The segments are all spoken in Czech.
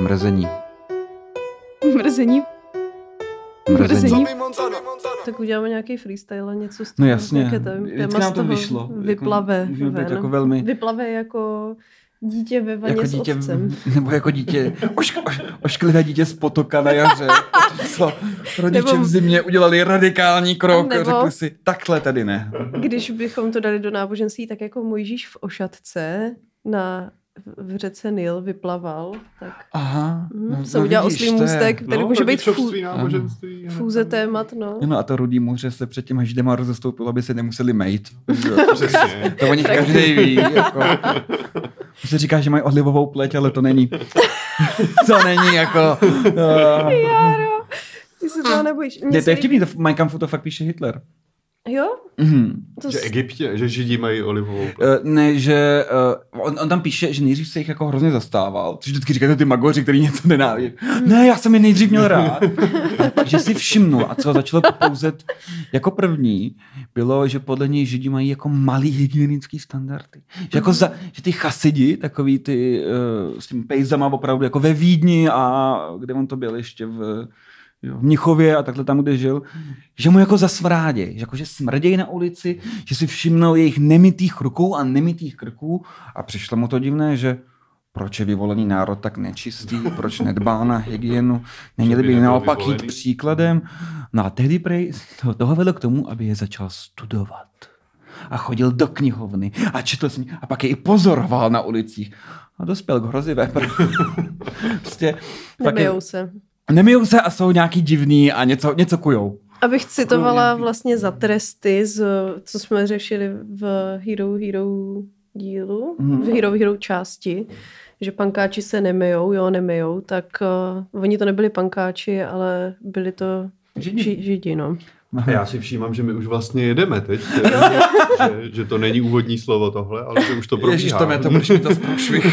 Mrzení. Mrzení. Mrzení. Tak uděláme nějaký freestyle a něco z toho. No jasně, Vždycky nám to vyšlo. Vyplave. Jako velmi... Vyplave jako dítě ve vaně jako s ovcem. Nebo jako dítě, ošklivé dítě z potoka na jaře. Co rodiče v zimě udělali radikální krok a řekli si, takhle tady ne. Když bychom to dali do náboženství, tak jako Mojžíš v ošatce v řece Nil vyplaval, tak se udělal oslý můstek, který může být fůze témat, no. No a to Rudý moře se před těma židema rozestoupilo, aby se nemuseli mejt. Přesně. To o nich každý ví. Jako. Se říká, že mají odlivovou pleť, ale to není. To není jako... Járo, ty se toho nebojíš. To je vtipný, v Mein Kampfu to fakt píše Hitler. Jo? Že Egyptě, že Židi mají olivovou. Ne, že on tam píše, že nejdřív se jich jako hrozně zastával. Což vždycky říkají ty magoři, který něco nenávidí. Ne, já jsem je nejdřív měl rád. Že si všimnul a co začalo popouzet jako první, bylo, že podle něj Židi mají jako malý hygienický standardy. Že, jako že ty chasidi, takový ty s tím pejzama opravdu jako ve Vídni a kde on to byl ještě v Mnichově a takhle tam, kde žil, že mu jako zasmráděj, že smrdějí na ulici, že si všimnou jejich nemytých rukou a nemytých krků a přišlo mu to divné, že proč je vyvolený národ tak nečistý, proč nedbá na hygienu, neměli by naopak jít příkladem. No a tehdy prej toho vedlo k tomu, aby je začal studovat. A chodil do knihovny a četl s ní a pak je i pozoroval na ulicích. A dospěl k hrozivé. Prostě, Nemijou se a jsou nějaký divný a něco kujou. Abych citovala vlastně za tresty, co jsme řešili v Hero dílu, v Hero části, že pankáči se nemijou, tak oni to nebyli pankáči, ale byli to Židi, no. Já si všímám, že my už vlastně jedeme teď, že to není úvodní slovo tohle, ale že už to probíhá. Ježiš, to budeš mi to zprůšvih.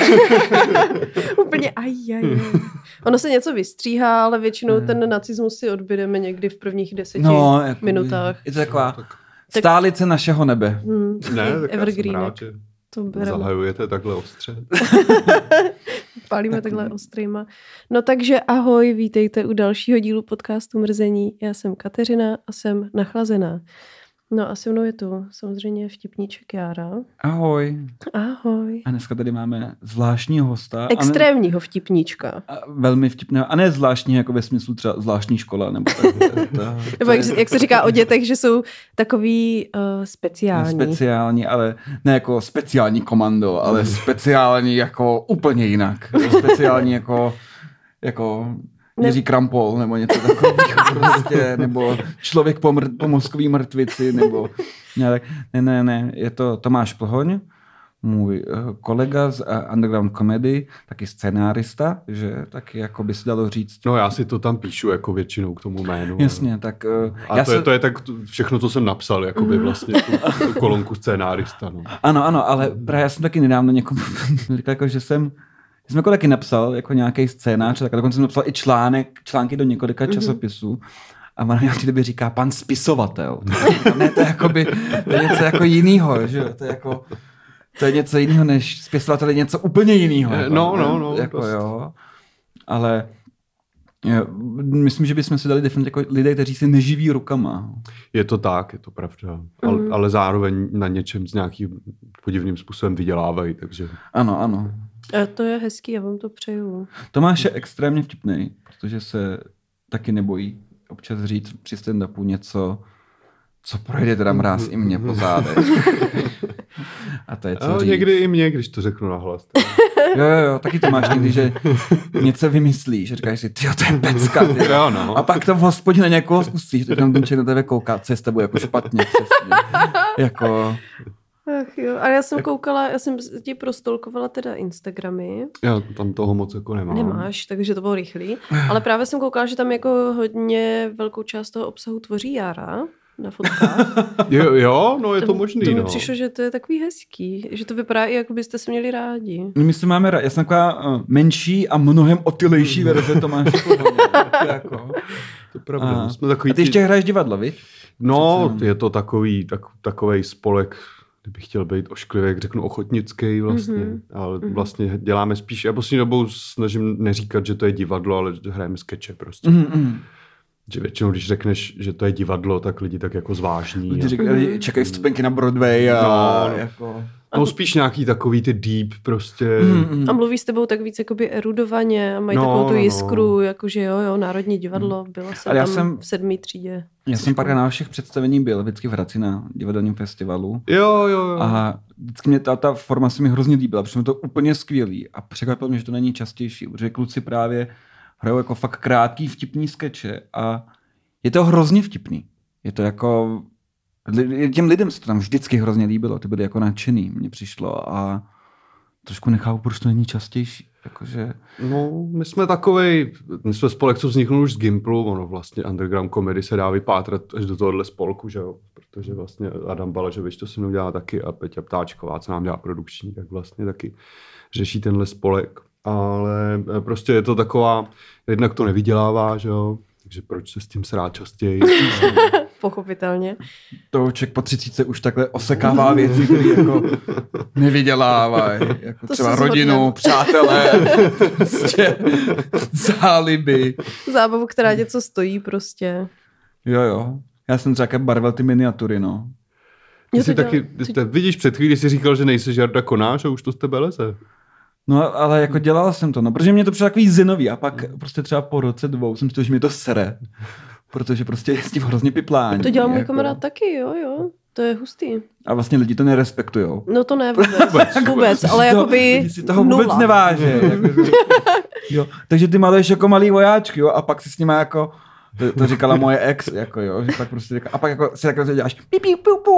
Úplně Ono se něco vystříhá, ale většinou ten nacismus si odbydeme někdy v prvních 10 minutách. Je to taková stálice našeho nebe. Ne, tak evergreen. Já jsem rád, že zahajujete takhle ostře. Pálíme takhle ostrýma. No takže ahoj, vítejte u dalšího dílu podcastu Mrzení. Já jsem Kateřina a jsem nachlazená. No a se mnou je tu samozřejmě vtipníček Jára. Ahoj. Ahoj. A dneska tady máme zvláštního hosta. Extrémního vtipníčka. Velmi vtipného. A ne zvláštního jako ve smyslu třeba zvláštní škola. Nebo nebo jak se říká o dětech, že jsou takový speciální. Speciální, ale ne jako speciální komando, ale speciální jako úplně jinak. Speciální jako Jiří Krampol, nebo něco takového prostě, nebo člověk po mozkový mrtvici, nebo nějak. Ne, je to Tomáš Plhoň, můj kolega z Underground Comedy, taky scénárista, že taky jako by se dalo říct. No já si to tam píšu jako většinou k tomu jménu. Jasně, tak... A to je tak všechno, co jsem napsal, jakoby vlastně tu kolonku scénárista. No. Ano, ale právě já jsem taky nedávno někomu říkal, jako, že jsem jako taky napsal jako nějaký scénář, tak dokonce jsem napsal i články do několika časopisů a ona mě v té době říká pan spisovatel. Ne, to je něco jako jinýho, že to je něco jiného, než spisovatel je něco úplně jiného. No. Jako prostě. Jo. Ale myslím, že bychom si dali definit jako lidé, kteří si neživí rukama. Je to tak, je to pravda. Ale zároveň na něčem s nějakým podivným způsobem vydělávají, takže... Ano. A to je hezký, já vám to přeju. Tomáš je extrémně vtipný, protože se taky nebojí občas říct při stand-upu něco, co projde teda mráz i mě po zádech. A to je co říct. Někdy i mě, když to řeknu nahlas. Jo, taky to máš někdy, že něco vymyslíš, že říkáš si, tyjo, to je pecka, tyjo. No. A pak to v hospodě na někoho zkusíš, teď tam ten člověk na tebe kouká, co je s tebou jako špatně, přesně. Jako... Ach jo, ale já jsem ti prostolkovala teda Instagramy. Já tam toho moc jako nemám. Nemáš, takže to bylo rychlý. Ale právě jsem koukala, že tam jako hodně velkou část toho obsahu tvoří Jára na fotkách. Jo, no je to možný. To mi přišlo, že to je takový hezký, že to vypadá i jako byste se měli rádi. My se máme rádi. Já jsem taková menší a mnohem otylejší verze Tomáše. Jako. To je pravda. A ty ještě hraješ divadlo, víš? No, je to takovej spolek kdybych chtěl být ošklivý, jak řeknu ochotnický vlastně, ale vlastně děláme spíš, já poslední dobou snažím neříkat, že to je divadlo, ale že hrajeme skeče prostě. Že většinou, když řekneš, že to je divadlo, tak lidi tak jako zvážní. Lidi říkají, čekají vstupenky na Broadway a jako... No spíš nějaký takový ty deep prostě. A mluví s tebou tak víc jakoby erudovaně a mají takovou tu jiskru, jakože jo, Národní divadlo, byla jsem v 7. třídě. Já jsem pár na všech představení byl, vždycky v Hradci na divadelním festivalu. Jo. A vždycky mě ta forma se mi hrozně líbila, protože to úplně skvělý. A překvapilo mě, že to není častější, protože kluci právě hrajou jako fakt krátký vtipný skeče a je to hrozně vtipný. Je to jako... Těm lidem se to tam vždycky hrozně líbilo, ty byli jako nadšený, mně přišlo a trošku nechápu, proč to není častější. Jakože... No, my jsme spolek, co vzniknul už z Gimplu, ono vlastně underground comedy se dá vypátrat až do tohohle spolku, že jo, protože vlastně Adam Balažovič to se mnou dělá taky a Peťa Ptáčková, co nám dělá produkční, tak vlastně taky řeší tenhle spolek. Ale prostě je to taková, jednak to nevydělává, že jo, takže proč se s tím srát častěji? Pochopitelně. To člověk po 30 už takhle osekává věci, které jako nevydělávají. Jako to třeba rodinu, přátelé, prostě záliby. Zábavu, která něco stojí prostě. Jo. Já jsem třeba barvel ty miniatury, no. Ty jsi taky, vidíš, před chvíli jsi říkal, že nejsi Jarda Konář a už to z tebe leze. No, ale jako dělal jsem to, no, protože mě to přišlo takový zinový a pak prostě třeba po roce 2 jsem si že mě to sere, protože prostě je s tím hrozně piplání. To dělal můj kamarád taky, jo, to je hustý. A vlastně lidi to nerespektujou. No to ne vůbec, ale jakoby lidi si toho vůbec neváží. Jo, takže ty maluješ jako malý vojáčky, jo, a pak si s nima jako, to říkala moje ex, jako jo, že pak prostě říká, a pak jako si takhle děláš pipí,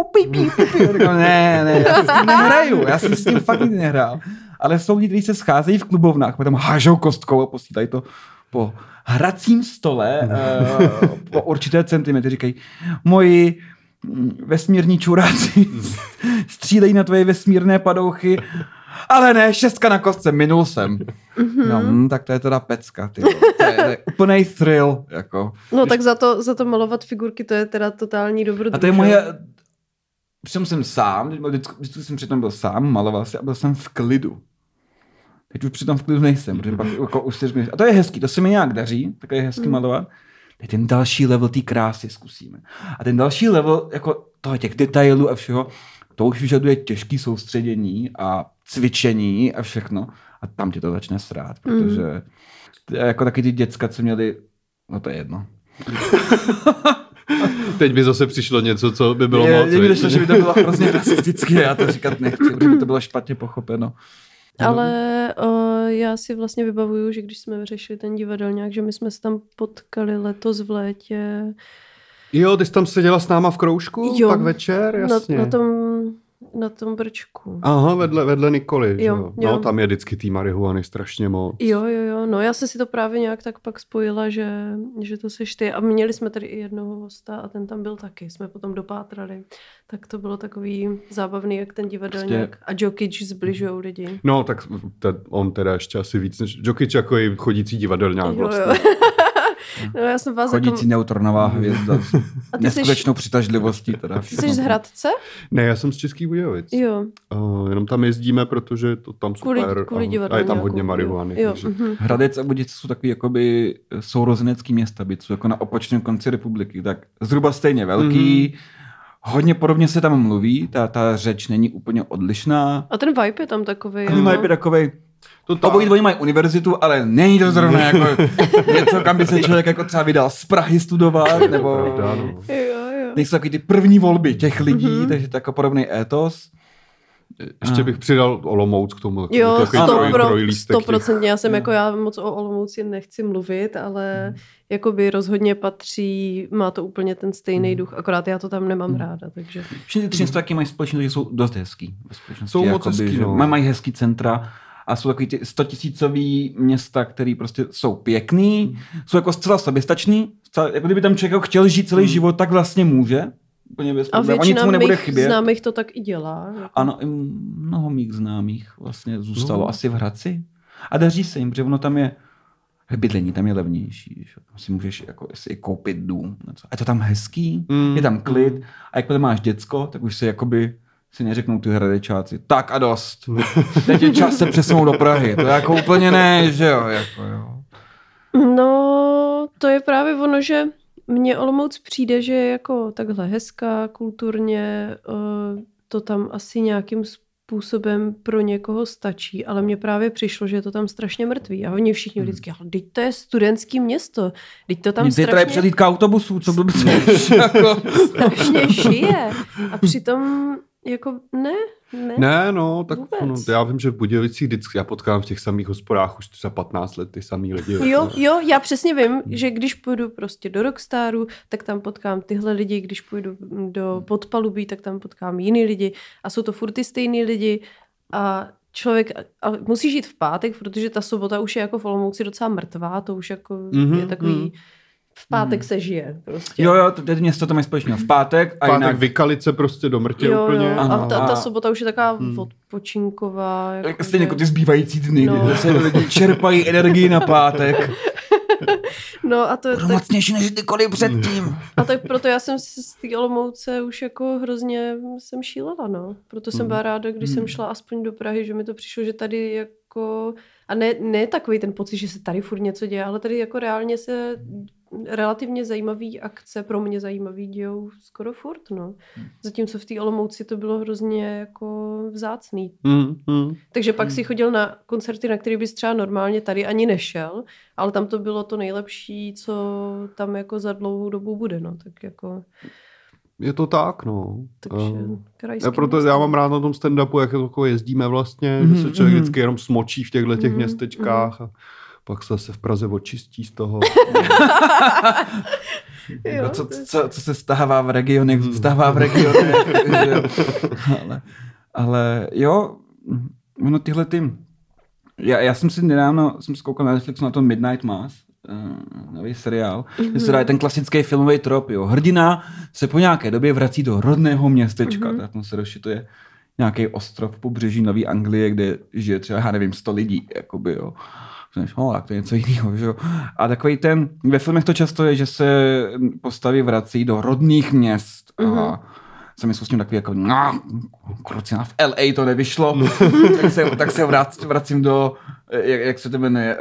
ne, já si s tím nehraju, já jsem s tím fakt nikdy nehrál. Ale jsou lidi, kteří se scházejí v klubovnách, potom hážou kostkou a posílají to po hracím stole po určité centimetry. Říkají, moji vesmírní čuráci střílejí na tvoje vesmírné padouchy, ale ne, 6 na kostce, minul jsem. No, tak to je teda pecka. To je úplnej thrill. Jako. No tak za to malovat figurky, to je teda totální dobrodruž. A to je moje... Přitom jsem sám, vždycky jsem přitom byl sám, maloval si a byl jsem v klidu. Teď už přitom v klidu nejsem, protože pak jako už si říkáš, a to je hezký, to se mi nějak daří, tak je hezky malovat. Teď ten další level té krásy zkusíme. A ten další level jako toho těch detailů a všeho, to už vyžaduje těžké soustředění a cvičení a všechno. A tam tě to začne srát, protože jako taky ty děcka, co měli, no to je jedno. Teď by zase přišlo něco, co by bylo moc. Mě vyšlo, že by to bylo hrozně rasistické, já to říkat nechci, protože by to bylo špatně pochopeno. Ale já si vlastně vybavuju, že když jsme řešili ten divadelňák, že my jsme se tam potkali letos v létě. Jo, ty jsi tam seděla s náma v kroužku, jo, pak večer, jasně. Na tom brčku. Aha, vedle Nikoly. Jo. No, tam je vždycky tý marihuany strašně moc. Jo. No, já jsem si to právě nějak tak pak spojila, že to seš ty. A měli jsme tady i jednoho hosta a ten tam byl taky. Jsme potom dopátrali. Tak to bylo takový zábavný, jak ten divadelník prostě... a Jokic zbližujou lidi. No, tak on teda ještě asi víc než Jokic jako i chodící divadelňák vlastně. Jo. No, já jsem vás chodící neutronová hvězda s neskutečnou přitažlivostí. Teda ty jsi z Hradce? Ne, já jsem z Českých Budějovic. Jo. Jenom tam jezdíme, protože to tam super. Kvůli a je tam hodně marihuany. Jo. Hradec a Budějovice jsou takový jakoby sourozenecký města, byť jsou jako na opačném konci republiky, tak zhruba stejně velký. Hodně podobně se tam mluví, ta řeč není úplně odlišná. A ten vibe je tam takovej. Ten vibe je takovej. Obojí dvojí mají univerzitu, ale není to zrovna jako něco, kam by se člověk jako třeba vydal z Prahy studovat, nebo Jo. nejsou takový ty první volby těch lidí, takže to jako podobný étos. Ještě bych přidal Olomouc k tomu. Jo, 100%. Já moc o Olomouci nechci mluvit, ale jakoby rozhodně patří, má to úplně ten stejný duch, akorát já to tam nemám ráda. Takže. Všichni ty 3 města taky mají společně, že jsou dost hezký. Jsou moc hezký, no. Mají hezký centra a jsou takový ty 100 000 města, které prostě jsou pěkný, jsou jako zcela soběstačný, jako kdyby tam člověk chtěl žít celý život, tak vlastně může. A většina mých známých to tak i dělá. Jako. Ano, i mnoho mých známých vlastně zůstalo asi v Hradci. A daří se jim, protože ono tam je bydlení, tam je levnější. Že? Tam si můžeš jako si koupit dům. A je to tam hezký, je tam klid. A jak máš děcko, tak už se jakoby si neřeknou ty hradečáci. Tak a dost. Teď je čas se přesunout do Prahy. To je jako úplně ne, že jo. Jako, jo. No, to je právě ono, že mně Olomouc přijde, že je jako takhle hezká, kulturně, to tam asi nějakým způsobem pro někoho stačí, ale mně právě přišlo, že je to tam strašně mrtvý. A oni všichni vždycky, ale teď to je studentský město, teď to tam strašně... Teď předjítka autobusů, co by strašně žije. A přitom jako Ne, no, tak no, já vím, že v Budějovicích vždycky já potkám v těch samých hospodách už třeba 15 let ty samý lidi. Jo, já přesně vím, že když půjdu prostě do Rockstaru, tak tam potkám tyhle lidi, když půjdu do Podpalubí, tak tam potkám jiný lidi a jsou to furt ty stejný lidi a člověk, ale musí žít v pátek, protože ta sobota už je jako v Olomouci docela mrtvá, to už jako je takový... V pátek se žije prostě. Jo, to město to mají společně. V pátek a jinak... Vykalice prostě do mrtě úplně. Jo. A ta sobota už je taková odpočinková. Jako stejně jako ty zbývající dny, kdy se lidi čerpají energii na pátek. No a to je tak... mocnější než kdykoliv předtím. A tak proto já jsem z té Olomouce už jako hrozně jsem šílela, no. Proto jsem byla ráda, když jsem šla aspoň do Prahy, že mi to přišlo, že tady jako... A ne takový ten pocit, že se tady furt něco děje, ale tady jako reálně se relativně zajímavý akce, pro mě zajímavý, dějou skoro furt, no. Zatímco v té Olomouci to bylo hrozně jako vzácný. Takže pak si chodil na koncerty, na který bys třeba normálně tady ani nešel, ale tam to bylo to nejlepší, co tam jako za dlouhou dobu bude, no. Tak jako... Je to tak, no. Takže proto já mám rád na tom stand-upu, jak jako jezdíme vlastně, že se člověk vždycky jenom smočí v těchto těch městečkách a pak se zase v Praze očistí z toho. Co se stává v regionech, zůstává v regionech. ale jo, ono tyhle ty... Já jsem si nedávno zkoukal na Netflixu na to Midnight Mass, nový seriál, kde se dá ten klasický filmový trop, jo. Hrdina se po nějaké době vrací do rodného městečka, tak tam se rozšituje nějaký ostrov pobřeží Nový Anglie, kde žije třeba, já nevím, 100 lidí, jakoby, jo. Tak to je něco jiného, že jo. A takový ten, ve filmech to často je, že se postavy vrací do rodných měst a jsem myslel s tím takový jako, krucina, v LA to nevyšlo, tak se vracím do, jak se to jmenuje,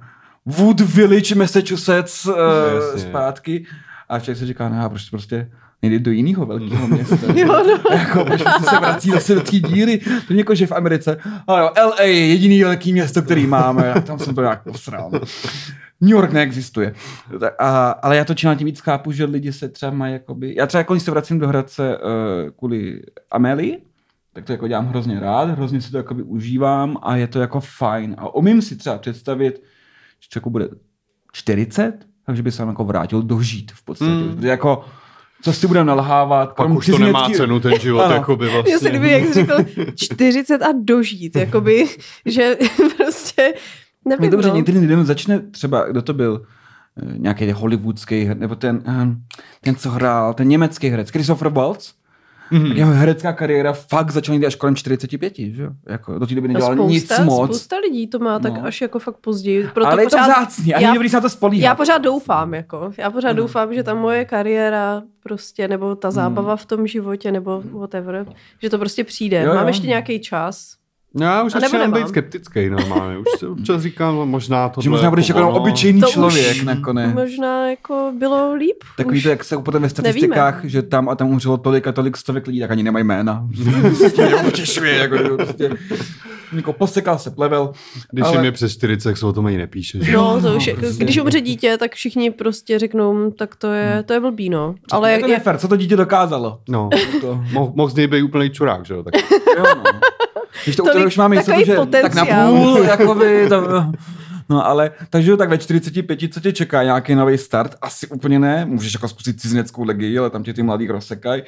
Wood Village, Massachusetts, zpátky. A člověk se říká, no, proč prostě nejde do jiného velkého města. Jako, proč se vrací zase do té díry. To někoho, že v Americe, ale jo, LA je jediný velký město, který máme. A tam jsem to nějak posral. New York neexistuje. Ale já to čím tím víc chápu, že lidi se třeba mají jakoby... Já třeba jako, když se vracím do Hradce kvůli Amélii, tak to jako dělám hrozně rád, hrozně si to jakoby užívám a je to jako fajn. A umím si třeba představit, že člověku bude 40, takže by se tam jako vrátil dožít v podstatě. Protože jako, co si budeme nalhávat. Pak už to nemá cenu ten život, jakoby vlastně. Já si líbí, jak jsi řekl 40 a dožít, jakoby, že prostě nevím. Dobře, některý lidem začne třeba, kdo to byl, nějaký hollywoodský, nebo ten, co hrál, ten německý herec, Christopher Waltz. Jeho herecká kariéra fakt začala někdy až kolem 45, že jo? Jako, do té doby nedělal nic moc. Spousta lidí to má tak až jako fakt později. Proto ale je to vzácný, ani dobrý se na to spolíhat. Já pořád doufám, jako. Já pořád doufám, že ta moje kariéra prostě, nebo ta zábava v tom životě, nebo whatever, že to prostě přijde. Jo. Mám ještě nějaký čas. Já už začínám být skeptický normálně. Už se občas říkám, možná tohle... Že možná budeš jako obyčejný člověk nakonec. Možná jako bylo líp. Takový to, jak se potom ve statistikách, nevíme. Že tam a tam umřelo tolik a tolik stovek lidí, tak ani nemají jména. Utěšuje, jako prostě... Jako posekal se plevel. Když jim je přes 40, se o tom ani nepíše. Že? No, to už je, když umře dítě, tak všichni prostě řeknou, tak to je blbý, no. Ale je to nefér, co to dítě dokázalo? No, mohl z něj být úplný čurák, že jo? Tak. Jo, no. Když to už máme jistotu, že tak na půl, jakoby, no ale, takže tak ve 45, co tě čeká, nějaký nový start? Asi úplně ne, můžeš jako zkusit cizineckou legii, ale tam tě ty mladý rozsekají.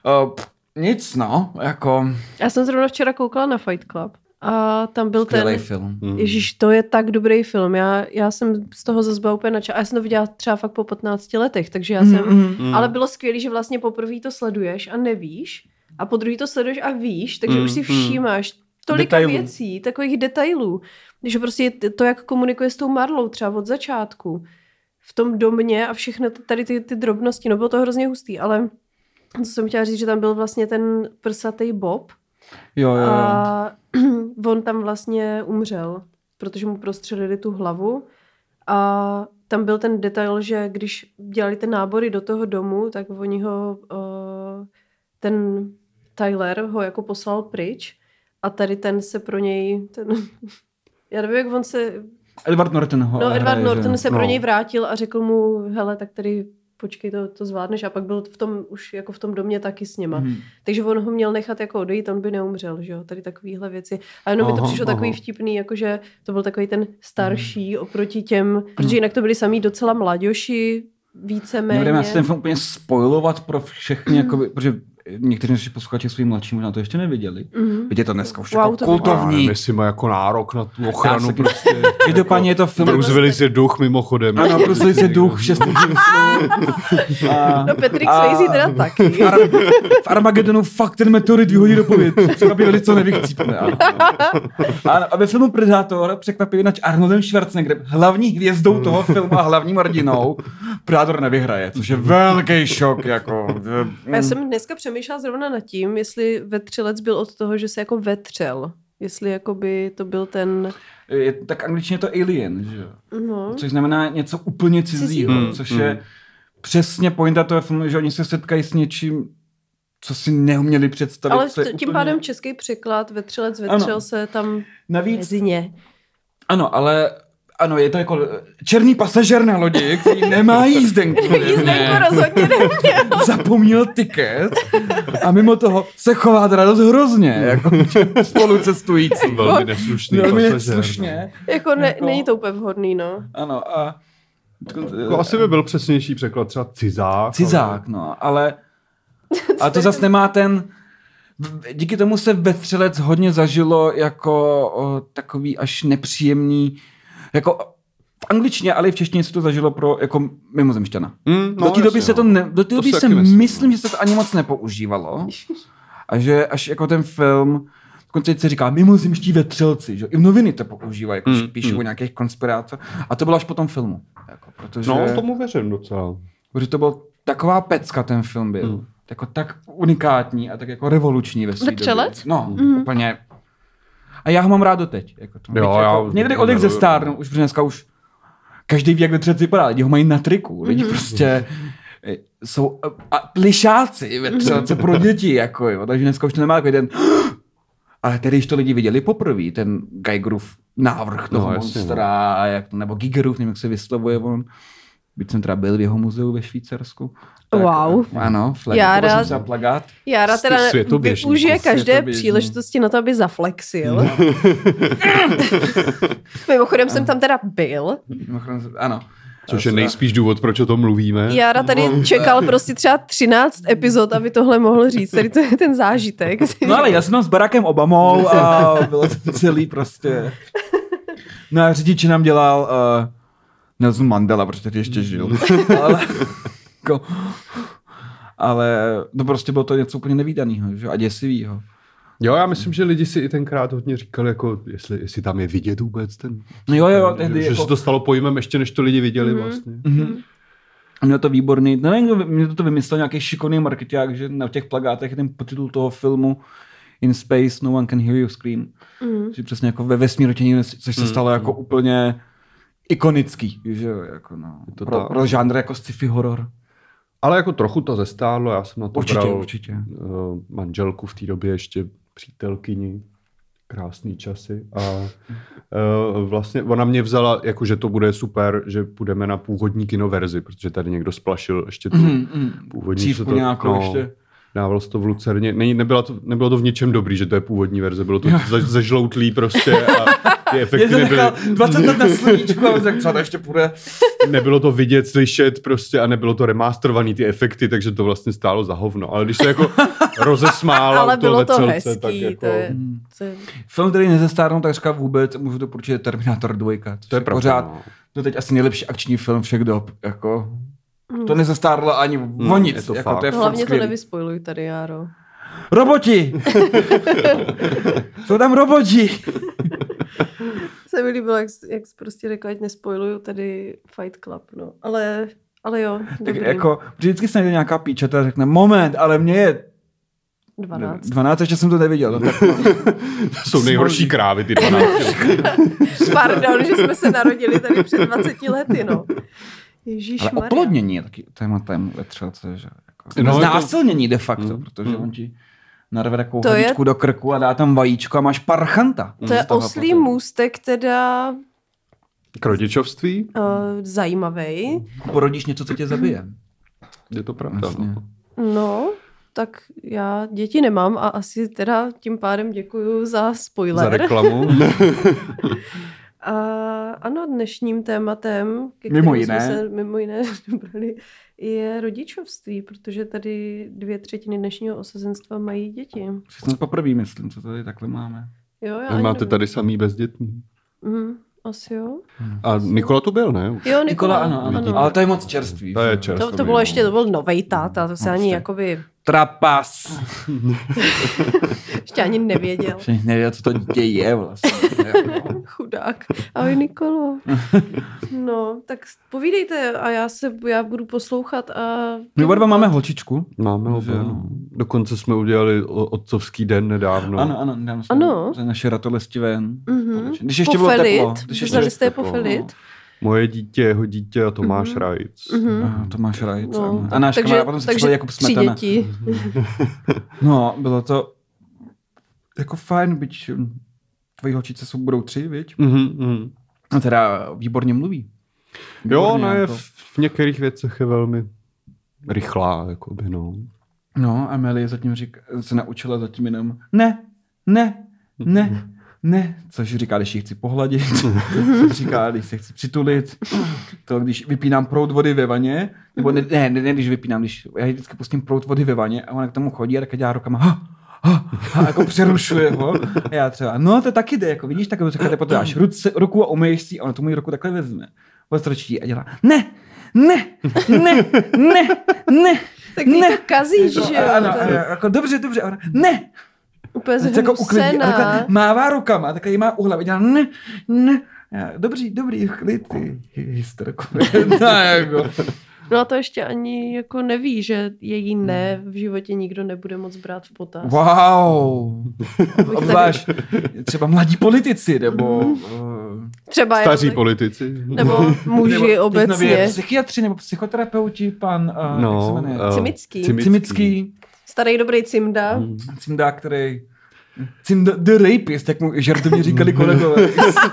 Nic, no, jako... Já jsem zrovna včera koukala na Fight Club a tam byl skvělej film. Ježíš, to je tak dobrý film, já jsem z toho zase byla úplně nadšená a já jsem to viděla třeba fakt po 15 letech, takže já jsem, ale bylo skvělý, že vlastně poprvé to sleduješ a nevíš, a po druhý to sleduješ a víš, takže už si všímáš tolika věcí, takových detailů. Že prostě to, jak komunikuje s tou Marlou třeba od začátku v tom domě a všechno tady ty drobnosti, no bylo to hrozně hustý, ale Co jsem chtěla říct, že tam byl vlastně ten prsatý Bob. Jo. A on tam vlastně umřel, protože mu prostřelili tu hlavu. A tam byl ten detail, že když dělali ty nábory do toho domu, tak oni ho, ten Tyler ho jako poslal pryč a tady ten se pro něj, já nevím, jak on se... Edward Norton ho Edward Norton se pro něj vrátil a řekl mu, hele, tak tady počkej, to zvládneš, a pak byl v tom, už jako v tom domě taky s něma. Takže on ho měl nechat jako odejít, on by neumřel, že jo, tady takovýhle věci. A jenom mi to přišlo takový vtipný, jakože to byl takový ten starší oproti těm, protože jinak to byli samý docela mladěši, víceméně. Nebudeme asi ten film úplně spoilovat pro všechny, jakoby, protože někteří naši posluchači svým mladším možná to ještě neviděli. Vidíte to dneska už jako kultovní. Jestli má jako nárok na tu ochranu. Prostě. Každopádně je to film. Bruce Willis je duch mimochodem. Ano, Bruce Willis je duch v 6. No Patrick Swayze teda taky. V Armagedonu fakt ten meteorit vyhodí do povětří. Třeba by velice nevychcípne. A ve filmu Predator překvapivě nač Arnoldem Schwarzeneggerem, hlavní hvězdou toho filmu a hlavní hrdinou, Predator nevyhraje, což je velký šok. Jako. Já jsem dneska přemýšlela zrovna nad tím, jestli vetřelec byl od toho, že se jako vetřel. Jestli jakoby to byl ten... Tak angličtině je to alien, že jo? No. Což znamená něco úplně cizího, což je přesně pointa toho filmu, že oni se setkají s něčím, co si neuměli představit. Ale tím pádem český překlad, vetřelec, vetřel se tam mezi ně. Ano, ale ano, je to jako černý pasažér na lodi, který nemá jízdenku. Jízdenku rozhodně neměl. Zapomněl tiket a mimo toho se chová teda dost hrozně, jako spolucestující. Velmi neslušný pasažér. Jako není to úplně vhodný, no. Ano a... Jako asi by byl přesnější překlad, třeba cizák. Cizák, ale... no, ale to zase nemá ten... Díky tomu se vetřelec hodně zažilo jako takový až nepříjemný, jako v angličtině, ale i v češtině se to zažilo pro jako mimozemšťana. Do té doby se to do té doby se myslím, že se to ani moc nepoužívalo. A že až jako ten film, dokonce se říká mimozemští vetřelci, že i v noviny to používají, jako píšou o nějakých konspirácích. A to bylo až po tom filmu. Jako, protože, no, tomu věřím docela. Protože to byl taková pecka, ten film byl. Jako tak unikátní a tak jako revoluční ve své době. No, úplně. A já ho mám rád doteď. Jako to. Mě tady oddech ze stárnu, už dneska už každý ví, jak vetřelec vypadá. Lidi ho mají na triku. Lidi prostě jsou plišáci vetřelce pro děti. Jako, jo. Takže dneska už to nemá takový ten... Ale tedy, když to lidi viděli poprvé, ten Geigerův návrh toho monstra, a jak to, nebo Gigerův, nevím, jak se vyslovuje on. Byť jsem teda byl v jeho muzeu ve Švýcarsku. Tak, wow. Ano, Jára teda využije každé příležitosti na to, aby zaflexil. Mimochodem jsem tam teda byl. Ano. Což je nejspíš důvod, proč o tom mluvíme. Jára tady čekal prostě třeba 13 epizod, aby tohle mohl říct. Tady to je ten zážitek. No ale já jsem tam s Barackem Obamou a bylo to celý prostě... No a řidiče nám dělal... Nelson Mandela, protože tady ještě žil. ale to prostě bylo to něco úplně nevídanýho, že? A děsivýho. Jo, já myslím, že lidi si i tenkrát hodně říkali, jako, jestli tam je vidět vůbec ten... Jo, že jako... se to stalo pojmem ještě, než to lidi viděli vlastně. A měl to výborný, nevím, mě to vymyslel nějaký šikovný marketák, že na těch plakátech je ten podtitul toho filmu In Space, No One Can Hear You Scream. Že přesně jako ve vesmíru tě, což se stalo jako úplně ikonický, že jako no, pro žánr jako sci-fi horor. Ale jako trochu to zestárlo, já jsem na to určitě. Manželku v té době ještě přítelkyni, krásný časy a vlastně ona mě vzala, jako že to bude super, že půjdeme na původní kinoverzi, protože tady někdo splašil ještě tu původní. Cívku nějakou ještě. Dával se to v Lucerně. Nebylo to v ničem dobrý, že to je původní verze. Bylo to zežloutlý prostě a ty efekty nebyly... 20 let na sluníčku a tak třeba to ještě půjde. Nebylo to vidět, slyšet prostě a nebylo to remasterovaný ty efekty, takže to vlastně stálo za hovno. Ale když se jako rozesmála ale bylo to vetřelce, hezký, tak jako... to je... Film, který nezestárnul takřka vůbec, můžu to určitě Terminator 2. To je pořád, to teď asi nejlepší akční film všech dob. Jako... To nezastárlo ani o nic. To jako, to je hlavně skvělý. to nevyspoiluj tady, Járo. Roboti! Jsou tam roboti! Se mi líbilo, jak prostě řekla, ať nespoiluju tady Fight Club, no. Ale Ale jo, Tak dobrý. jako, vždycky se najde nějaká píčata a řekne, moment, ale mě je 12, ještě jsem to neviděl. No, tak Jsou nejhorší krávy, ty 12. Pardon, že jsme se narodili tady před 20 lety, no. Ježíšmarja. Ale oplodnění je taky tématem ve třelce, že jako, No, znásilnění de facto, protože on ti narve takovou hadičku do krku a dá tam vajíčko a máš parchanta. To je oslý můstek teda K rodičovství? Zajímavej. Porodíš něco, co tě zabije. Je to pravda. Vlastně. No, tak já děti nemám a asi teda tím pádem děkuju za spoiler. Za reklamu. A ano, dnešním tématem, Mimo jsme jiné. se mimo jiné dobrali, je rodičovství, protože tady 2/3 dnešního osazenstva mají děti. Jsem poprvé myslím, co tady takhle máme. Jo, já Vy máte nevím. tady samý bezdětný. Asi jo. A Nikola tu byl, ne? Už. Jo, Nikola, ano. Ale to je moc čerstvý. To je že? čerstvý. To bylo ještě, to byl novej táta, to se ani Vlastně. jakoby Trapas. ještě ani nevěděl. Že nevěděl, co to dítě je vlastně. Chudák. Ahoj, Nikolo. No, tak povídejte a já budu poslouchat a... My oba dva máme holčičku. Máme ho. Že jo. Dokonce jsme udělali otcovský den nedávno. Ano, nedávno jsme Ano. za naše ratolestivé. Mhm. Když ještě bylo teplo. Když ještě Vzali jste je pofelit. Moje dítě, jeho dítě a Tomáš Rajc. To máš rajc. No, A náš kamarád potom se přišel Jakub 3 Smetana. děti. No, bylo to jako fajn, byť tvojí holčice budou 3, viď? A teda výborně mluví. Jo, Výborně, ona je jako. v některých věcech je velmi rychlá, jakoby, no. No, Amelie zatím se naučila zatím jenom ne, což říká, když ji chci pohladit, což říká, když se chci přitulit, to když vypínám proud vody ve vaně, nebo ne, když vypínám, když já vždycky pustím proud vody ve vaně a ona k tomu chodí a tak dělá rukama a jako přerušuje ho. A já třeba, no to taky jde, jako vidíš, tak řekne, potom dáš ruku a umyješ si a ona tu moji ruku takhle vezme. Odstrčí a dělá, ne. Tak ty to kazíš, že jo? Ano, jako dobře, a ona, ne. Úplně Jako uklidí a takhle zhnusená. mává rukama, takhle jí má u hlavy, dělá ne. Já, dobrý, klid, ty hysterko. No, jako. No a to ještě ani jako neví, že její ne v životě nikdo nebude moc brát v potaz. Wow. Obzvlášť třeba mladí politici, nebo Třeba Staří jenom tak- politici. Nebo muži obecně. Psychiatři nebo psychoterapeuti, pan jak se jmenuje? Cimický. Starý dobrý Cimda. Cimda, který Cimda the rapist, jak mu žartovně říkali kolegové.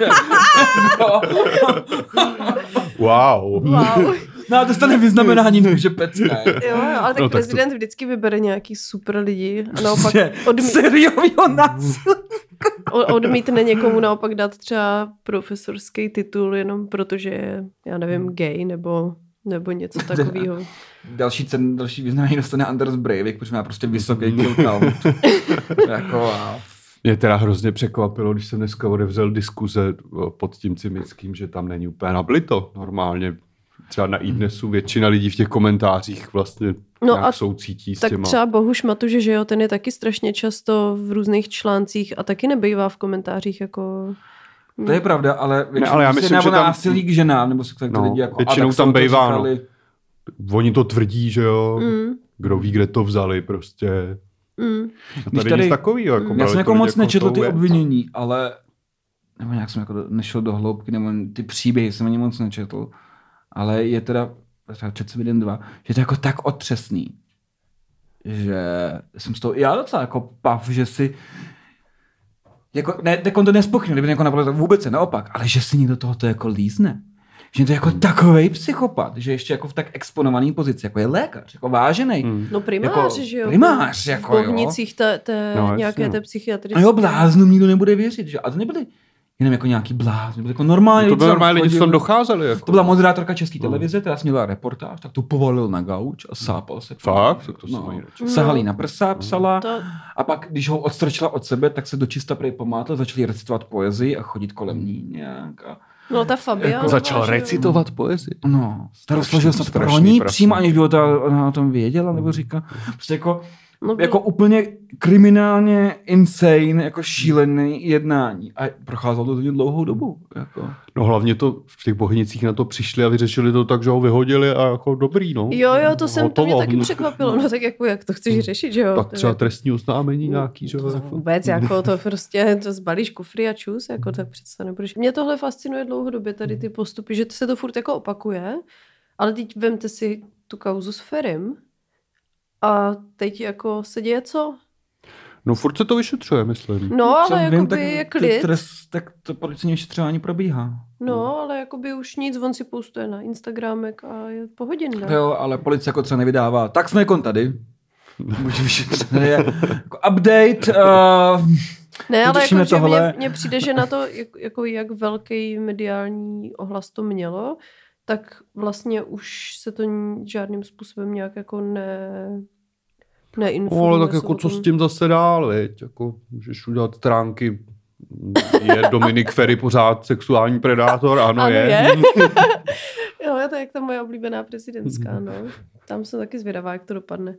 Wow. Wow. No, dostane vyznamenání, že pecka. Jo, ale tak No, tak prezident vždycky vybere nějaký super lidi a naopak Seriovýho násilí. odmítne někomu naopak dát třeba profesorský titul jenom protože je, já nevím, gay nebo něco takového. Další vyznamenání dostane Anders Breivik, protože má prostě vysoký kill count. Jako wow. Mě teda hrozně překvapilo, když jsem dneska odevřel diskuze pod tím Cimickým, že tam není úplně nablito normálně. Třeba na iDnesu většina lidí v těch komentářích vlastně nějak soucítí s tak těma. třeba Bohuš Matuže, že jo, ten je taky strašně často v různých článcích a taky nebývá v komentářích jako... To je pravda, ale většinou já se myslím, nebo že tam- násilí k ženám, nebo se k lidi jako... většinou tak tam jsou to bejvá, říkali- Oni to tvrdí, že jo. Kdo ví, kde to vzali prostě. A Když tady tady- nic takovýho. Jako Já brali jsem to jako lidi moc nečetl ty tou věc. obvinění, ale nebo nějak jsem jako nešel do hloubky, nebo ty příběhy jsem ani moc nečetl, ale je teda, třeba četl jsem 1, 2, že to je jako tak otřesný, že jsem z toho, já docela jako pav, že si jako, ne, tak on to nespochybnil, kdyby jako napadlo, vůbec se naopak, ale že si někdo tohoto jako lízne. Že to je jako takovej psychopat, že ještě jako v tak exponovaný pozici, jako je lékař, jako vážený. No primář, Jako že jo? primář, jako v jo. Bohnicích No, nějaké jasně. té psychiatrické. A jo, bláznům nikdo nebude věřit, že? A to nebyli jenom jako nějaký blázni, byli jako normální. To byly normální lidi, co tam chodili. docházeli. Jako. To byla moderátorka České televize, která měla reportáž, tak tu povalil na gauč a sápal se. Fakt? Tak to jsem ani nečetl. Sahalí na prsa, psala. To- A pak, když ho odstrčila od sebe, tak se dočista prej pomátl, začali recitovat poezii a chodit kolem ní nějak. A... No ta Fabiana. Začal recitovat poezii. No, ta rozložil se pro strašný ní prase. přímo, aniž by ona o tom věděla, nebo říká. Prostě jako, jako úplně kriminálně insane, jako šílený jednání. A procházelo to dlouhou dobu. Jako. No hlavně to v těch Bohnicích na to přišli a vyřešili to tak, že ho vyhodili a jako dobrý, no. Jo, to mě taky překvapilo. No tak jako jak to chceš řešit, že jo? Tak třeba trestní oznámení nějaký, že jo? Vůbec, jako to prostě, to zbalíš kufry a čus, jako tak přece nebudeš. Mě tohle fascinuje dlouhodobě, tady ty postupy, že se to furt jako opakuje, ale teď vemte si tu kauzu s Ferim a teď jako se děje co? No furt se to vyšetřuje, myslím. No, ale jakoby je klid. Tak to policejní vyšetřování probíhá. No, ale jakoby už nic, on si postuje na Instagramek a je pohodin. Jo, ale policie jako třeba nevydává. Tak jsme jako tady. Můžu vyšetřit. Jako update. Ne, ale jako, že mně přijde, že na to, jako jak velký mediální ohlas to mělo, tak vlastně už se to žádným způsobem nějak jako neinformuje. No, ale tak jako co s tím zase dál, viď? Jako můžeš udělat stránky, je Dominik Ferry pořád sexuální predátor? Ano, je. Jo, to je jak ta moje oblíbená prezidentská, no. Tam jsem taky zvědavá, jak to dopadne.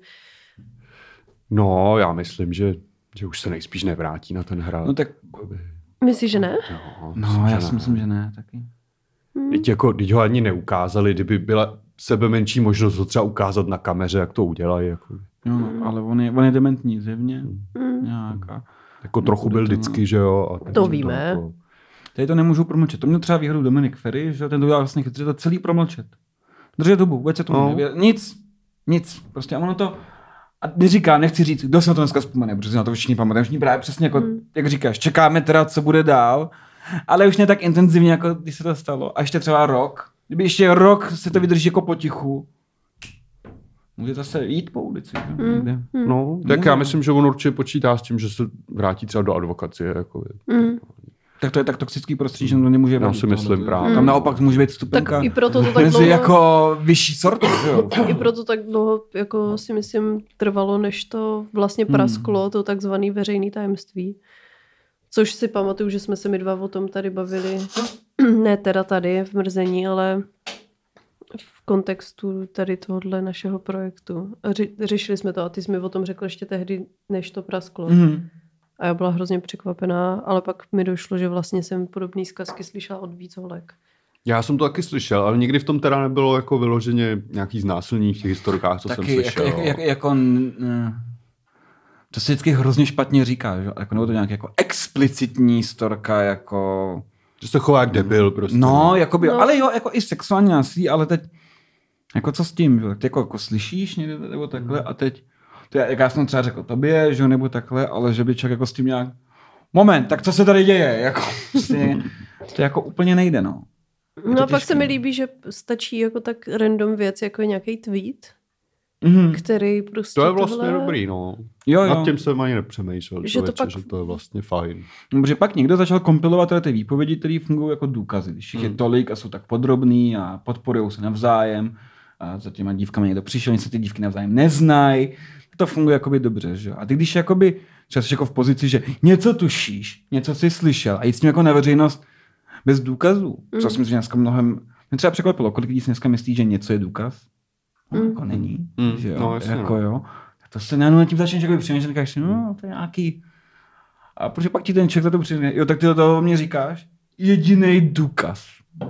No, já myslím, že už se nejspíš nevrátí na ten hrad. No tak... Myslíš, že ne? No, já si myslím, že ne, taky. Teď ho ani neukázali, kdyby byla sebe menší možnost ho třeba ukázat na kameře, jak to udělají. Jako. No, ale on je dementní zjevně. Nějaká. Jako trochu byl vždycky, že jo. A to víme. Jako... Tady to nemůžu promlčet. To měl třeba výhodu Dominik Ferry, že ten to udělal vlastně chytře to celý promlčet. Držet dobu, vůbec se tomu nevěděl. Nic. Prostě ono to... A neříká, nechci říct, kdo se na to dneska vzpomene, protože na to všichni pamatujeme. Všichni právě přesně jako, jak říkáš, čekáme teda, co bude dál, ale už ne tak intenzivně, jako když se to stalo. A ještě třeba rok. Kdyby ještě rok se to vydrží jako potichu, může zase jít po ulici. No, tak já myslím, že on určitě počítá s tím, že se vrátí třeba do advokacie. Jako. Tak to je tak toxický prostředí, že to nemůže já si myslím právě. Tam naopak může být stupenka. Tak i proto to tak dlouho... jako vyšší sortu, jo. I proto tak dlouho, jako si myslím, trvalo, než to vlastně prasklo, to takzvané veřejné tajemství. Což si pamatuju, že jsme se my dva o tom tady bavili. Ne teda tady v Mrzení, ale v kontextu tady tohohle našeho projektu. A řešili jsme to a ty jsi mi o tom řekl ještě tehdy, než to prasklo. A já byla hrozně překvapená, ale pak mi došlo, že vlastně jsem podobný zkazky slyšela od víc holek. Já jsem to taky slyšel, ale nikdy v tom teda nebylo jako vyloženě nějaký znásilnění v těch historikách, co taky jsem slyšel. To se vždycky hrozně špatně říká, že? Jako, nebo to nějak jako explicitní storka, jako... Že se chová jak debil prostě. No, jakoby, ale jo, jako i sexuální násilí, ale teď, jako co s tím, že? Ty jako slyšíš někde, nebo takhle a teď, to jak já jsem třeba řekl tobě, že nebo takhle, ale že by člověk jako s tím nějak, moment, tak co se tady děje, jako, prostě, to jako úplně nejde, no. No a pak se mi líbí, že stačí jako tak random věc, jako je nějaký tweet, který prostě to je vlastně dobrý, no. Jo. Nad tím jsem ani nepřemýšlel, že to je vlastně fajn. No, protože pak někdo začal kompilovat ty výpovědi, které fungují jako důkazy. Když je tolik a jsou tak podrobný a podporují se navzájem a za těma dívkami někdo přišel, něco ty dívky navzájem neznají, to funguje jakoby dobře, že? A ty když jakoby třeba jsi jako v pozici, že něco tušíš, něco jsi slyšel a jít s tím jako na veřejnost bez důkazů, co si myslím, že dneska mě třeba překvapilo, kolik lidí si dneska myslí, že něco je důkaz. No, jako není, že jo, no, jako jo. To se na tím začneš jakoby přemýšlet, říkáš, no, to je nějaký... A protože pak ti ten člověk za to přijde, jo, tak ty to mě říkáš, jedinej důkaz.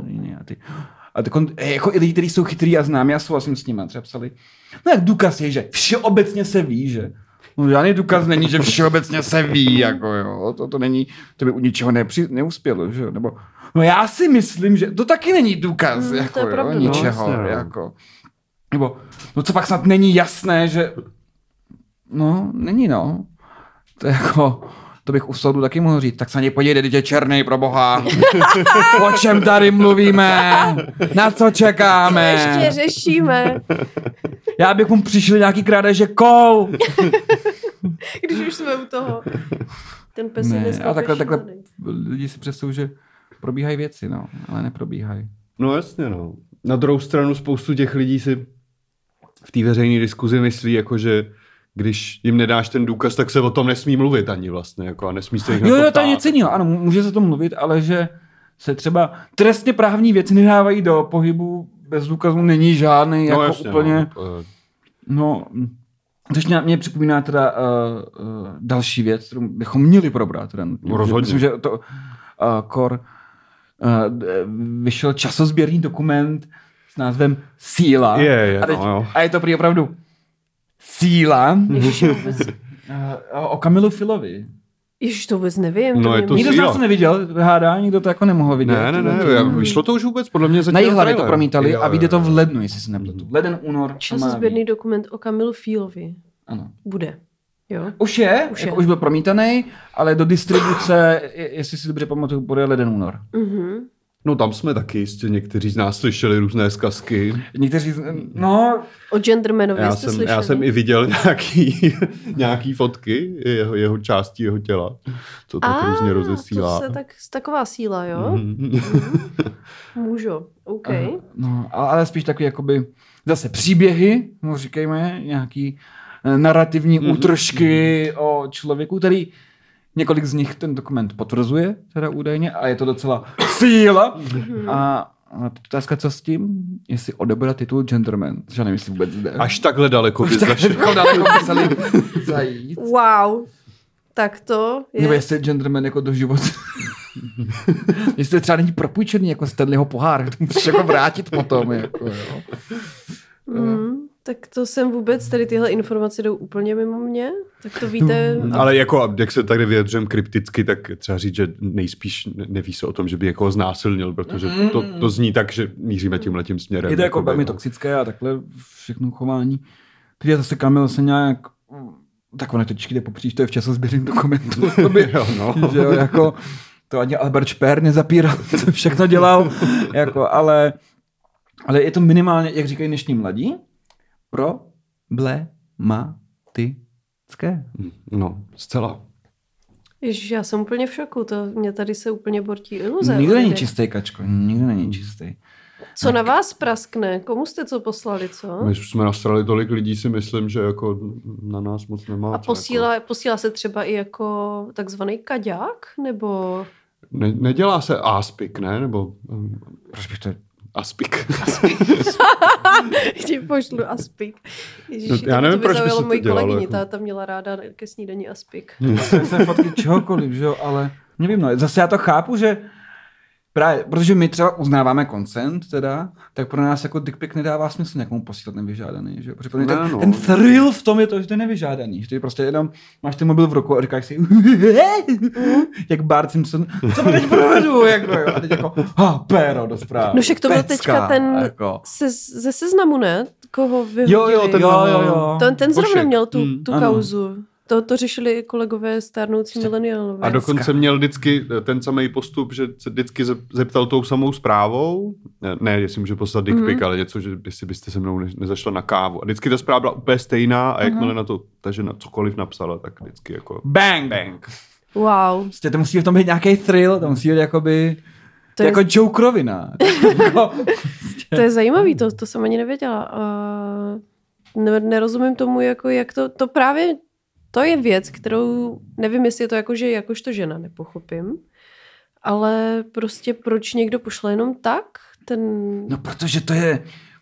A jako i lidi, kteří jsou chytrý a známí, já souhlasím s nimi, třeba psali, no jak důkaz je, že všeobecně se ví, že... No žádný důkaz není, že všeobecně se ví, jako jo, to není, to by u ničeho neuspělo, že jo, nebo... No já si myslím, že to taky není důkaz, jako jo, pravda, ničeho, no, jako... Nebo, no co pak snad není jasné, že... No, není, no. To je jako... To bych u soudu taky mohl říct. Tak se ani podívej, dítě černej, pro boha. O čem tady mluvíme? Na co čekáme? Co ještě řešíme? Já bych mu přišel nějaký krádeže kol. Když už jsme u toho. Ten pes je dneska takhle lidi si představují, že probíhají věci, no. Ale neprobíhají. No jasně, no. Na druhou stranu spoustu těch lidí si v té veřejné diskuzi myslí, jako že když jim nedáš ten důkaz, tak se o tom nesmí mluvit ani vlastně, jako a nesmí se jich na to ptát. Jo, to je něco jiného, ano, může se o tom mluvit, ale že se třeba trestně právní věci nedávají do pohybu bez důkazů, není žádný, jako jasně, úplně, no, Což mě připomíná teda další věc, kterou bychom měli probrat. Teda. Rozhodně. Myslím, že to vyšel časozběrný dokument s názvem Síla. A je to prý opravdu Síla. O Kamilu Filovi. Ježiš, to vůbec nevím. No, nikdo z nás to neviděl, hádá, nikdo to jako nemohl vidět. Ne, vyšlo to už vůbec, podle mě na Jihlavě to promítali a vyjde to v lednu, jestli se nepletu. Leden, únor. Časozběrný dokument o Kamilu Filovi. Ano. Bude. Jo? Už je. Už byl promítaný, ale do distribuce, jestli si dobře pamatuju, bude leden, únor. No tam jsme taky jistě někteří z nás slyšeli různé zkazky. Někteří, no... O Gendermanovi jste slyšeli? Já jsem i viděl nějaký fotky jeho částí, jeho těla. Co tak různě rozesílá. To je taková síla, jo? Můžu, OK. No, ale spíš takový jakoby zase příběhy, no říkejme, nějaký narrativní útržky o člověku, který několik z nich ten dokument potvrzuje, teda údajně, a je to docela síla. A otázka, co s tím? Jestli odebrat titul Gentleman, což já nevím, jestli vůbec jde. Až takhle daleko by zajít. Wow. Tak to je... Nebo jestli Gentleman jako do života. Jestli třeba není propůjčený jako Stanleyho pohár, k tomu můžeš jako vrátit potom. Jako, jo. Tak to jsem vůbec, tady tyhle informace jdou úplně mimo mě, tak to víte. Ale jako, jak se tady vyjadřujeme krypticky, tak třeba říct, že nejspíš neví se o tom, že by někoho znásilnil, protože to zní tak, že míříme tímhletím směrem. Je to jako velmi toxické a takhle všechno chování. Když zase Kamil se nějak takové netočky jde popříč, to je v časozběrném dokumentu. Že jo, jako to ani Albert Speer nezapíral, co všechno dělal, jako, ale je to minimálně, jak říkají dnešní mladí, problematické. No, zcela. Ježiš, já jsem úplně v šoku, mě tady se úplně bortí iluze. Nikdo není čistý, Kačko, nikdo není čistý. Co na vás praskne? Komu jste co poslali, co? My jsme nastrali tolik lidí, si myslím, že jako na nás moc nemá. A posílá se třeba i jako takzvaný kaďák? Nebo... Nedělá se aspik, ne? Nebo... Proč bych to... Aspik. Ti pošlu aspik. Ježiši, já nevím, proč by se to mojí dělalo. kolegyni, ta měla ráda ke snídani aspik. Jsem fotky čehokoliv, že jo, ale nevím, no, zase já to chápu, že právě, protože my třeba uznáváme consent, teda, tak pro nás jako dick pic nedává smysl někomu posílat nevyžádaný, že jo? Protože ten thrill v tom je to, že to je nevyžádaný, že ty prostě jenom máš ten mobil v ruku a říkáš si jak Bart Simpson, co to teď provedu, jako jo, a teď jako péro do zprávy. No však to byl teďka ten jako... ze seznamu, ne? Koho vyhodili. Jo. Ten zrovna měl tu kauzu. To řešili kolegové stárnoucí mileniálové. A dokonce měl vždycky ten samý postup, že se vždycky zeptal tou samou zprávou. Ne, jestli může poslat dick pic, ale něco, že byste se mnou nezašla na kávu. A vždycky ta zpráva byla úplně stejná a jakmile na to ta žena cokoliv napsala, tak vždycky jako bang. Wow. Prostě to musí v tom být nějaký thrill, to musí být jakoby... To je jako Jokerovina. To je zajímavý, to jsem ani nevěděla. Nerozumím tomu, jako jak to právě... To je věc, kterou nevím, jestli je to jako, že jakožto žena nepochopím, ale prostě proč někdo pošle jenom tak? No, protože to je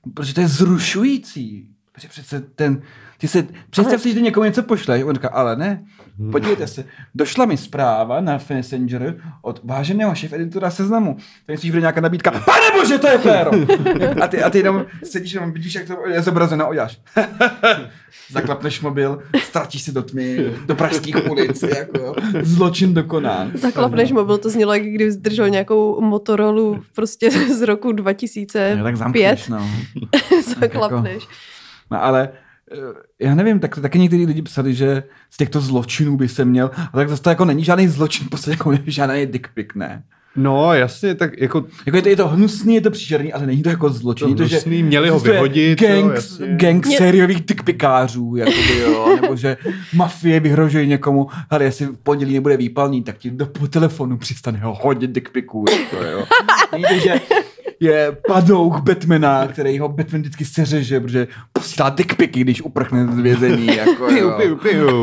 zrušující. Protože přece představ si, že někomu něco pošle, on říká, ale ne, podívejte se, došla mi zpráva na Messenger od váženého šéfeditora Seznamu. Tady si bude nějaká nabídka, panebože, to je péro! A ty jenom sedíš, jenom vidíš, jak to je zobrazeno, uděláš. Zaklapneš mobil, ztratíš se do tmy, do pražských ulic, jako zločin dokonán. Zaklapneš mobil, to znělo, jak kdyby zdržel nějakou Motorola prostě z roku 2005. No, tak zamkneš, no. Zaklapneš. No, ale já nevím, tak taky některý lidi psali, že z těchto zločinů by se měl, ale tak zase to jako není žádný zločin, prostě jako není žádný dick pic, ne? No, jasně, tak jako je to hnusný, je to příšerný, ale není to jako zločin. To hnusný, měli ho vyhodit. Gang sériových dickpikářů, jakoby, jo, nebo že mafie vyhrožuje někomu, ale jestli v pondělí nebude výpalný, tak ti po telefonu přistane ho hodit dickpiků, jako, jo. je padouch Batmana, který ho Batman vždycky seřeže, protože posílá dickpiky, když uprchne z vězení. Jako, Piu.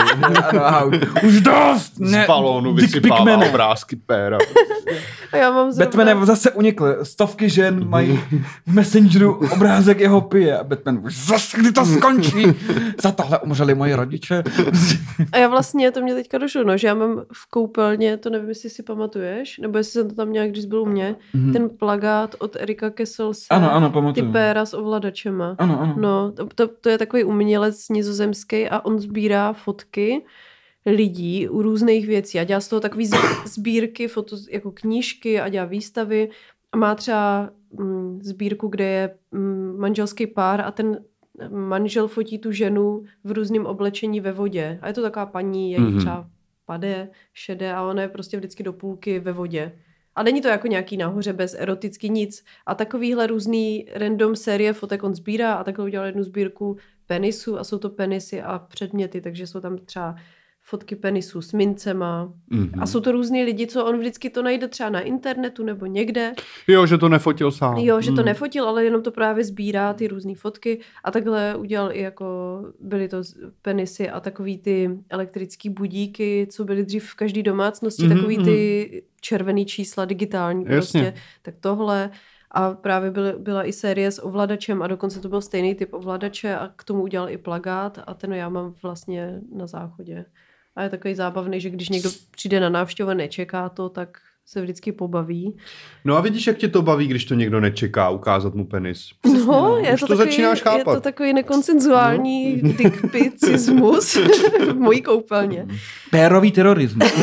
Už dost! Z balónu vysypává obrázky péra. A já mám zrovna... Batman zase unikl. Stovky žen mají v Messengeru obrázek jeho pije. A Batman už zase, kdy to skončí? Za tohle umřeli moji rodiče. A já vlastně, to mě teďka došlo, no, že já mám v koupelně, to nevím, jestli si pamatuješ, nebo jestli jsem to tam nějak, když byl u mě, ten plagát od Erika Kesselse. Ano, pamatuju. Ty péra s ovladačema. Ano. No, to je takový umělec nizozemský a on sbírá fotky lidí u různých věcí a dělá z toho takový sbírky, foto, jako knížky a dělá výstavy a má třeba sbírku, kde je manželský pár a ten manžel fotí tu ženu v různém oblečení ve vodě. A je to taková paní, její třeba pade, šedé a ona je prostě vždycky do půlky ve vodě. A není to jako nějaký nahoře bez eroticky nic. A takovýhle různý random série fotek on sbírá a takhle udělal jednu sbírku penisů a jsou to penisy a předměty, takže jsou tam třeba fotky penisů s mincema. A jsou to různý lidi, co on vždycky to najde třeba na internetu nebo někde. Jo, že to nefotil sám. Jo, že to nefotil, ale jenom to právě sbírá ty různý fotky a takhle udělal i jako, byly to penisy a takový ty elektrický budíky, co byly dřív v každé domácnosti, takový ty červený čísla digitální prostě. Tak tohle. A právě byla i série s ovladačem a dokonce to byl stejný typ ovladače a k tomu udělal i plagát a ten já mám vlastně na záchodě. A je takový zábavný, že když někdo přijde na návštěvu a nečeká to, tak se vždycky pobaví. No a vidíš, jak tě to baví, když to někdo nečeká, ukázat mu penis. No, je to začínáš chápat. Je to takový nekonsenzuální dickpicismus v mojí koupelně. Pérový terorismus.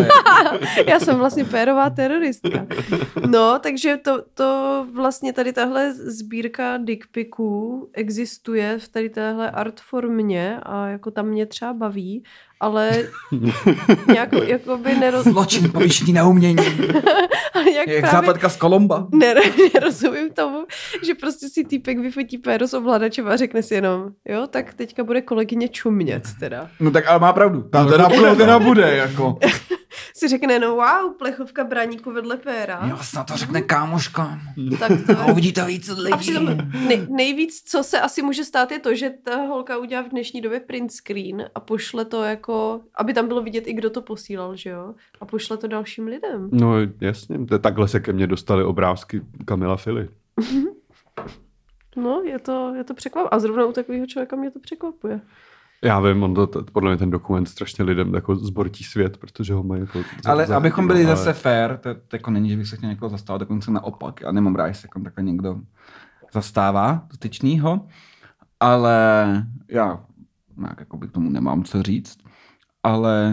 Já jsem vlastně pérová teroristka. No, takže to vlastně tady tahle sbírka dickpiků existuje v tady téhle art formě a jako tam mě třeba baví, ale nějak jakoby Zločin povýšení na umění. Jak západka z Kolomba. Nerozumím tomu, že prostě si týpek vyfotí péro s ovladačem a řekne si jenom, jo, tak teďka bude kolegyně čumět teda. No tak ale má pravdu. Tam teda bude, jako. Si řekne, no wow, plechovka braníku vedle péra. Jo, snad to řekne kámoška. Tak to... A uvidíte víc lidí. A přitom nejvíc, co se asi může stát, je to, že ta holka udělá v dnešní době print screen a pošle to jako, aby tam bylo vidět i kdo to posílal, že jo? A pošle to dalším lidem. No jasně, takhle se ke mně dostaly obrázky Kamila Fili. No, je to překvapuje. A zrovna u takového člověka mě to překvapuje. Já vím, podle mě ten dokument strašně lidem jako zbortí svět, protože ho mají jako... Ale abychom byli zase fair, to jako není, že bych se chtěl někoho zastávat, dokonce naopak. Já nemám rád, že se takhle někdo zastává dotyčnýho, ale já jako by k tomu nemám co říct, ale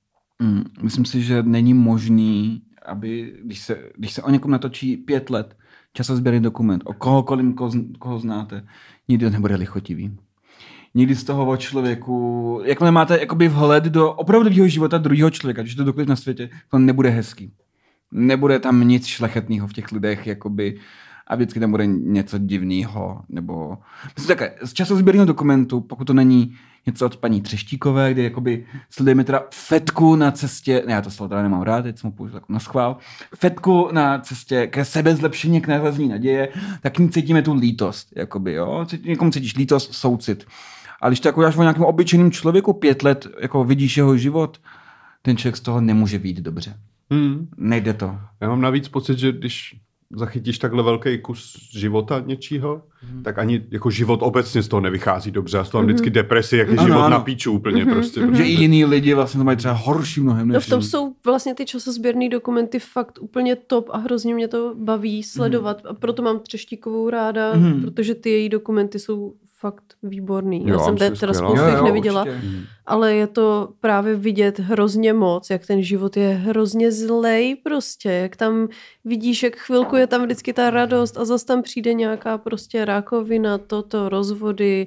myslím si, že není možný, aby, když se o někom natočí 5 let časozběrný dokument, o kohokoliv, koho znáte, nikdy to nebude lichotivý. Nikdy z toho o člověku, jak nemáte jakoby vhled do opravdového života druhého člověka, když to dokoliv na světě, to nebude hezký. Nebude tam nic šlechetného v těch lidech, jakoby, a vždycky tam bude něco divného, nebo... Myslím takhle, z časozběrného dokumentu, pokud to není něco od paní Třeštíkové, kde jakoby sledujeme teda fetku na cestě, ne, já to slovo teda nemám rád, teď jsem ho použil jako na schvál, fetku na cestě ke sebezlepšení, k nalezení naděje, tak jim cítíme tu lítost, jakoby, jo, někomu cítíš lítost, soucit. A když to jako dáš o nějakém obyčejném člověku 5 let, jako vidíš jeho život, ten člověk z toho nemůže vyjít dobře. Nejde to. Já mám navíc pocit, že když zachytíš takhle velký kus života něčího, tak ani jako život obecně z toho nevychází dobře. A z toho vždycky depresi, jak je život na píču úplně prostě. Že i jiný lidi vlastně to mají třeba horší mnohem než... No v tom jsou vlastně ty časozběrný dokumenty fakt úplně top a hrozně mě to baví sledovat. A proto mám Třeštíkovou ráda, protože ty její dokumenty jsou fakt výborný. Já jsem teda spoustu jich neviděla, ale je to právě vidět hrozně moc, jak ten život je hrozně zlej prostě, jak tam vidíš, jak chvilku je tam vždycky ta radost a zase tam přijde nějaká prostě rakovina, rozvody.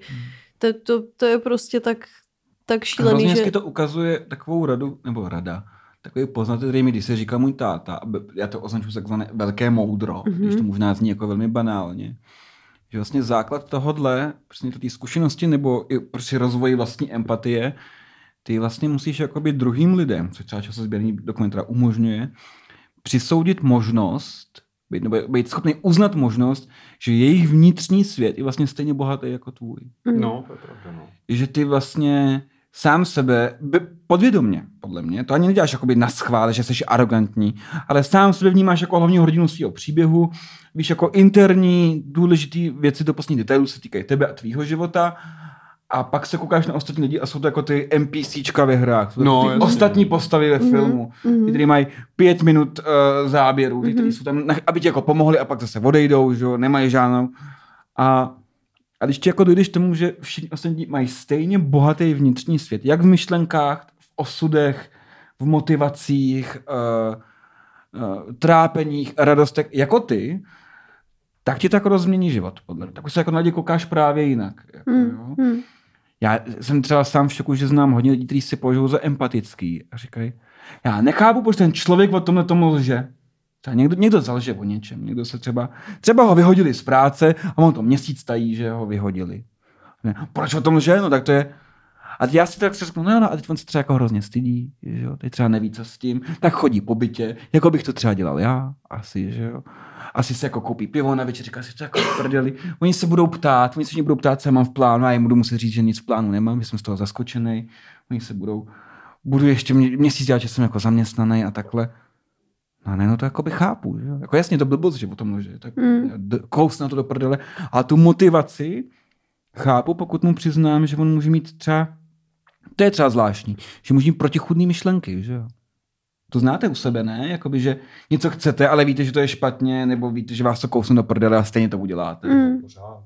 To je prostě tak šílený, hrozně že... to ukazuje takovou rada, takový poznatek, který mi když se říká můj táta, já to označuji takzvané velké moudro, když to možná zní jako velmi banálně, že vlastně základ tohodle, prostě té zkušenosti nebo i prostě rozvoji vlastní empatie, ty vlastně musíš jakoby druhým lidem, což třeba časozběrný dokument umožňuje, přisoudit možnost Být schopný uznat možnost, že jejich vnitřní svět je vlastně stejně bohatý jako tvůj. No, to je pravda, no. Že ty vlastně sám sebe, podvědomně, podle mě, to ani neděláš jakoby na schvál, že jsi arrogantní, ale sám sebe vnímáš jako hlavního hrdinu svého příběhu, víš, jako interní, důležitý věci do posledních detailů se týkají tebe a tvýho života a pak se koukáš na ostatní lidi a jsou to jako ty NPCčka ve hrách, ty ostatní postavy ve filmu, ty, který mají 5 minut záběrů, ty, který jsou tam, aby ti jako pomohli a pak zase odejdou, že jo, nemají žádnou. A když ti jako dojdeš tomu, že všichni ostatní mají stejně bohatý vnitřní svět, jak v myšlenkách, v osudech, v motivacích, trápeních, radostech, jako ty, tak ti to jako rozmění život. Tak už se jako na lidi koukáš právě jinak. Jako, jo. Já jsem třeba sám v šoku, že znám hodně lidí, kteří si považují za empatický a říkají, já nechápu, proč ten člověk o tomhle tomu lže. Někdo zalže o něčem, někdo se třeba ho vyhodili z práce a on to měsíc tají, že ho vyhodili. Ne, proč o tom lže? No tak to je... A já si tak řeknu, no a teď on se třeba jako hrozně stydí, že jo, teď třeba neví, co s tím, tak chodí po bytě, jako bych to třeba dělal já, asi, že jo. Asi se jako koupí pivo na večer, říká si to jako prdeli. Oni se budou ptát, co já mám v plánu a já jim budu muset říct, že nic v plánu nemám, že jsem z toho zaskočený. Oni se budu ještě měsíc dělat, že jsem jako zaměstnaný a takhle. No ne, no to jakoby chápu, že jo. Jako jasně to blbost, že potom lže, tak kousne na to do prdele. Ale tu motivaci chápu, pokud mu přiznám, že on může mít třeba, to je třeba zvláštní, že může mít protichůdný myšlenky, že jo. To znáte u sebe, ne? Jakoby, že něco chcete, ale víte, že to je špatně, nebo víte, že vás to kousne do prdele a stejně to uděláte.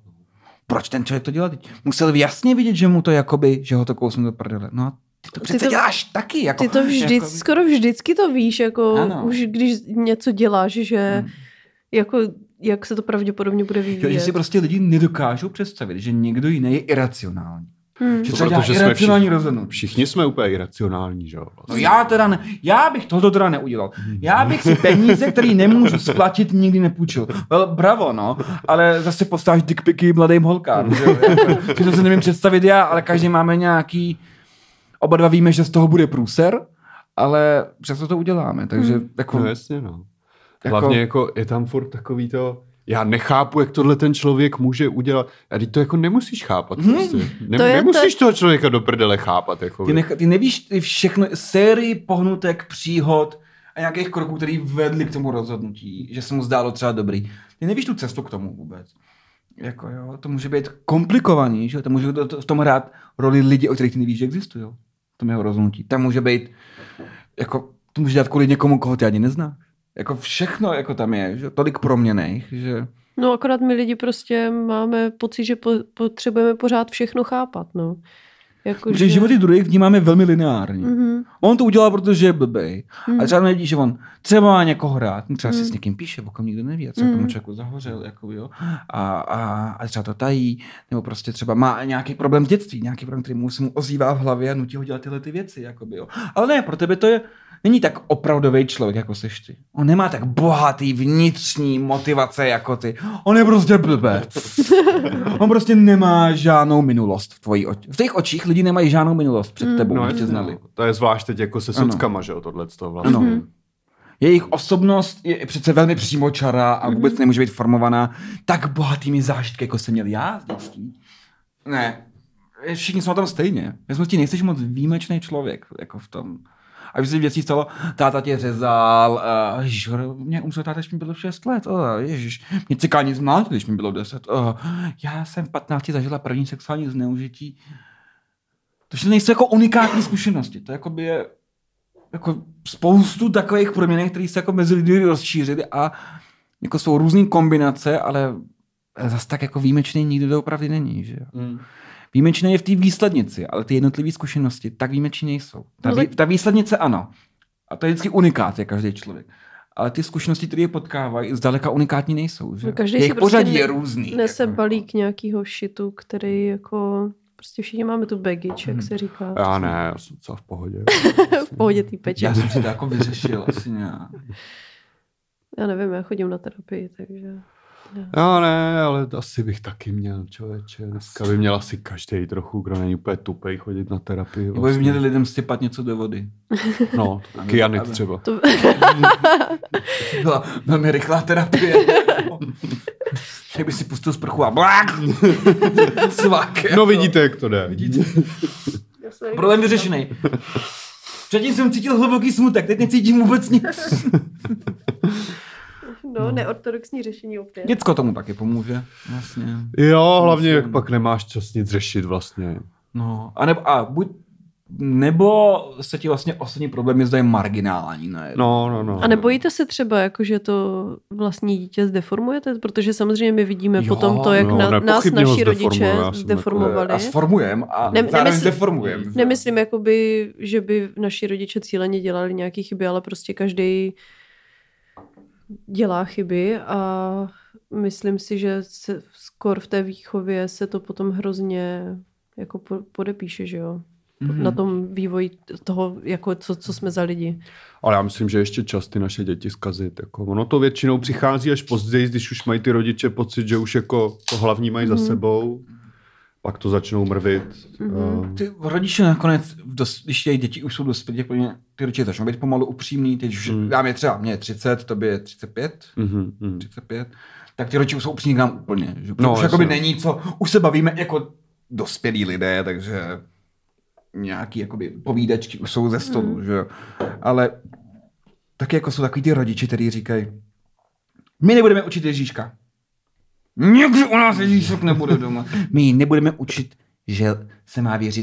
Proč ten člověk to dělá teď? Musel jasně vidět, že mu to jakoby, že ho to kousne do prdele. No a ty to přece děláš taky. Jako, ty to skoro vždycky to víš, jako už když něco děláš, že jako, jak se to pravděpodobně bude vyvíjet. Že si prostě lidi nedokážou představit, že někdo jiný je iracionální. Že třeba dělá iracionální rozhodnutí. Všichni jsme úplně iracionální, že jo? Vlastně. No já bych tohoto teda neudělal. Já bych si peníze, který nemůžu splatit, nikdy nepůjčil. Well, bravo, no. Ale zase postáš dickpiky mladým holkám. Že to se nevím představit já, ale každý máme nějaký... Oba dva víme, že z toho bude průser, ale přesto to uděláme. Takže jako... No jasně, no. Hlavně jako je tam furt takový to... Já nechápu, jak tohle ten člověk může udělat. A teď to jako nemusíš chápat. Prostě. Nemusíš toho člověka do prdele chápat. Jako ty nevíš ty všechno, sérii pohnutek, příhod a nějakých kroků, který vedli k tomu rozhodnutí, že se mu zdálo třeba dobrý. Ty nevíš tu cestu k tomu vůbec. Jako jo, to může být komplikovaný, že? To může v tom hrát roli lidi, o kterých ty nevíš, že existují. V tom jeho rozhodnutí. Tam může být, jako, to může dát kvůli někomu, koho ty ani neznáš. Jako všechno jako tam je, že? Tolik proměnných, že... No akorát my lidi prostě máme pocit, že potřebujeme pořád všechno chápat, no. Jako, že životy druhých vnímáme velmi lineárně. On to udělal, protože je blbej. A třeba nevidí, že on třeba má někoho rád, třeba si s někým píše, o kom nikdo neví, a třeba tomu člověku zahořel, jako jo. A třeba to tají, nebo prostě třeba má nějaký problém v dětství, nějaký problém, který se mu ozývá v hlavě a nutí ho dělat tyhle ty věci, jakoby, jo. Ale ne, pro tebe to je není tak opravdový člověk, jako seš ty. On nemá tak bohatý vnitřní motivace jako ty. On je prostě blbec. On prostě nemá žádnou minulost v těch očích lidi nemají žádnou minulost před tebou, no, tě znali. To je zvlášť teď jako se sockama, že jo, tohleto vlastně. Ano. Jejich osobnost je přece velmi přímočará a vůbec nemůže být formovaná tak bohatými zážitky, jako jsem měl já z dětství. Ne, všichni jsme tam stejně. Já jsem ti nejseš moc výjimečný člověk, jako v tom. A když se věcí stalo, táta tě řezal, mě umřel táta, když mi bylo 6 let, ježiš, mě cikání zmlátil, když mi bylo 10. Já jsem v 15 zažila první sexuální zneužití. To nejsou jako unikátní zkušenosti, to jakoby je jako spoustu takových proměn, které se jako mezi lidi rozšířily a jako jsou různý kombinace, ale zase tak jako výjimečný nikdy doopravdy není, že jo. Výjimečné je v té výslednici, ale ty jednotlivé zkušenosti tak výjimečné nejsou. Ta výslednice ano. A to je vždycky unikát, je každý člověk. Ale ty zkušenosti, které je potkávají, zdaleka unikátní nejsou. Že? Jejich pořadí je různý. Nese jako balík nějakého šitu, který jako... Prostě všichni máme tu baggage, jak se říká. Já ne, já jsem docela v pohodě. V pohodě tý peče. Já jsem si to jako vyřešil asi nějak. Já nevím, já chodím na terapii, takže... No ne, ale asi bych taky měl, člověče. Dneska by měl asi každý trochu, kdo není úplně tupej, chodit na terapii. Nebo by měli lidem sypat něco do vody. No, kyanid třeba. To... Byla velmi rychlá terapie. Jak by si pustil sprchu a blák. Svák. No vidíte, jak to jde. Vidíte? Problém vyřešený. Předtím jsem cítil hluboký smutek, teď necítím vůbec nic. No, neortodoxní řešení opět. Děcko tomu taky pomůže. Vlastně. Jo, hlavně jak pak nemáš čas nic řešit vlastně. No, nebo se ti vlastně ostatní problémy zdají marginální. Ne? No. A nebojíte se třeba, jako, že to vlastní dítě zdeformujete? Protože samozřejmě my vidíme potom to, jak nás naši rodiče zdeformovali. A sformujeme a zároveň deformujeme. Nemyslím, jakoby, že by naši rodiče cíleně dělali nějaké chyby, ale prostě každý dělá chyby a myslím si, že skoro v té výchově se to potom hrozně jako podepíše, že jo? Na tom vývoji toho, jako co jsme za lidi. Ale já myslím, že ještě čas ty naše děti zkazit. Jako, ono to většinou přichází až později, když už mají ty rodiče pocit, že už jako to hlavní mají za sebou, pak to začnou mrvit. Ty rodiče nakonec, když těch děti už jsou dospělí, ty rodiče začnou být pomalu upřímný, teď už mě je 30, tobě je 35, 35, tak ty rodiče už jsou upřímní k nám úplně. Že? Už jakoby není co, už se bavíme jako dospělí lidé, takže nějaký jakoby povídačky už jsou ze stolu, že jo. Ale taky jako jsou takový ty rodiče, kteří říkají, my nebudeme učit Ježíška. Nikdy u nás Ježíšek nebude doma. My nebudeme učit, že se má věřit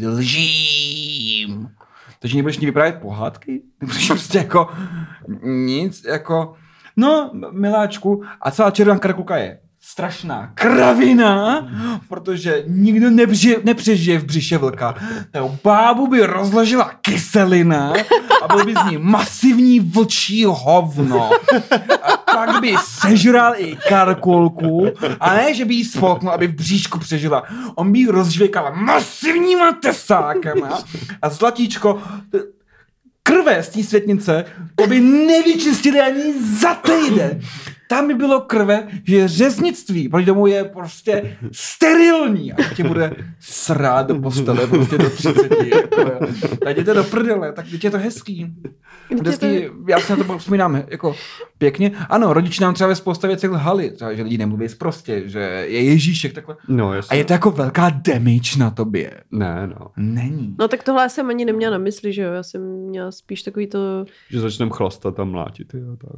lžím. Takže nebudeš ní vyprávět pohádky? Nebudeš prostě jako nic, jako no, miláčku, a celá červená krakulka je strašná kravina, protože nikdo nepřežije v břiše vlka. Tého bábu by rozložila kyselina a byl by z ní masivní vlčí hovno. A pak by sežral i karkulku a ne, že by jí spolknul, aby v bříšku přežila. On by jí rozžvěkal masivníma tesákama a zlatíčko krve z té světnice, to by nevyčistili ani za týden. Tam by bylo krve, že řeznictví proti tomu je prostě sterilní a tě bude srát do postele prostě do 30. Tak jděte do prdele, tak teď je to hezký. Já si na to vzpomínám jako pěkně. Ano, rodiči nám třeba ve spousta věcech lhali, třeba, že lidi nemluví prostě, že je Ježíšek takhle. No, a je to jako velká damage na tobě. Ne, no. Není. No tak tohle jsem ani neměla na mysli, že jo. Já jsem měla spíš takový to... Že začneme chlastat a mlátit, jo, tak.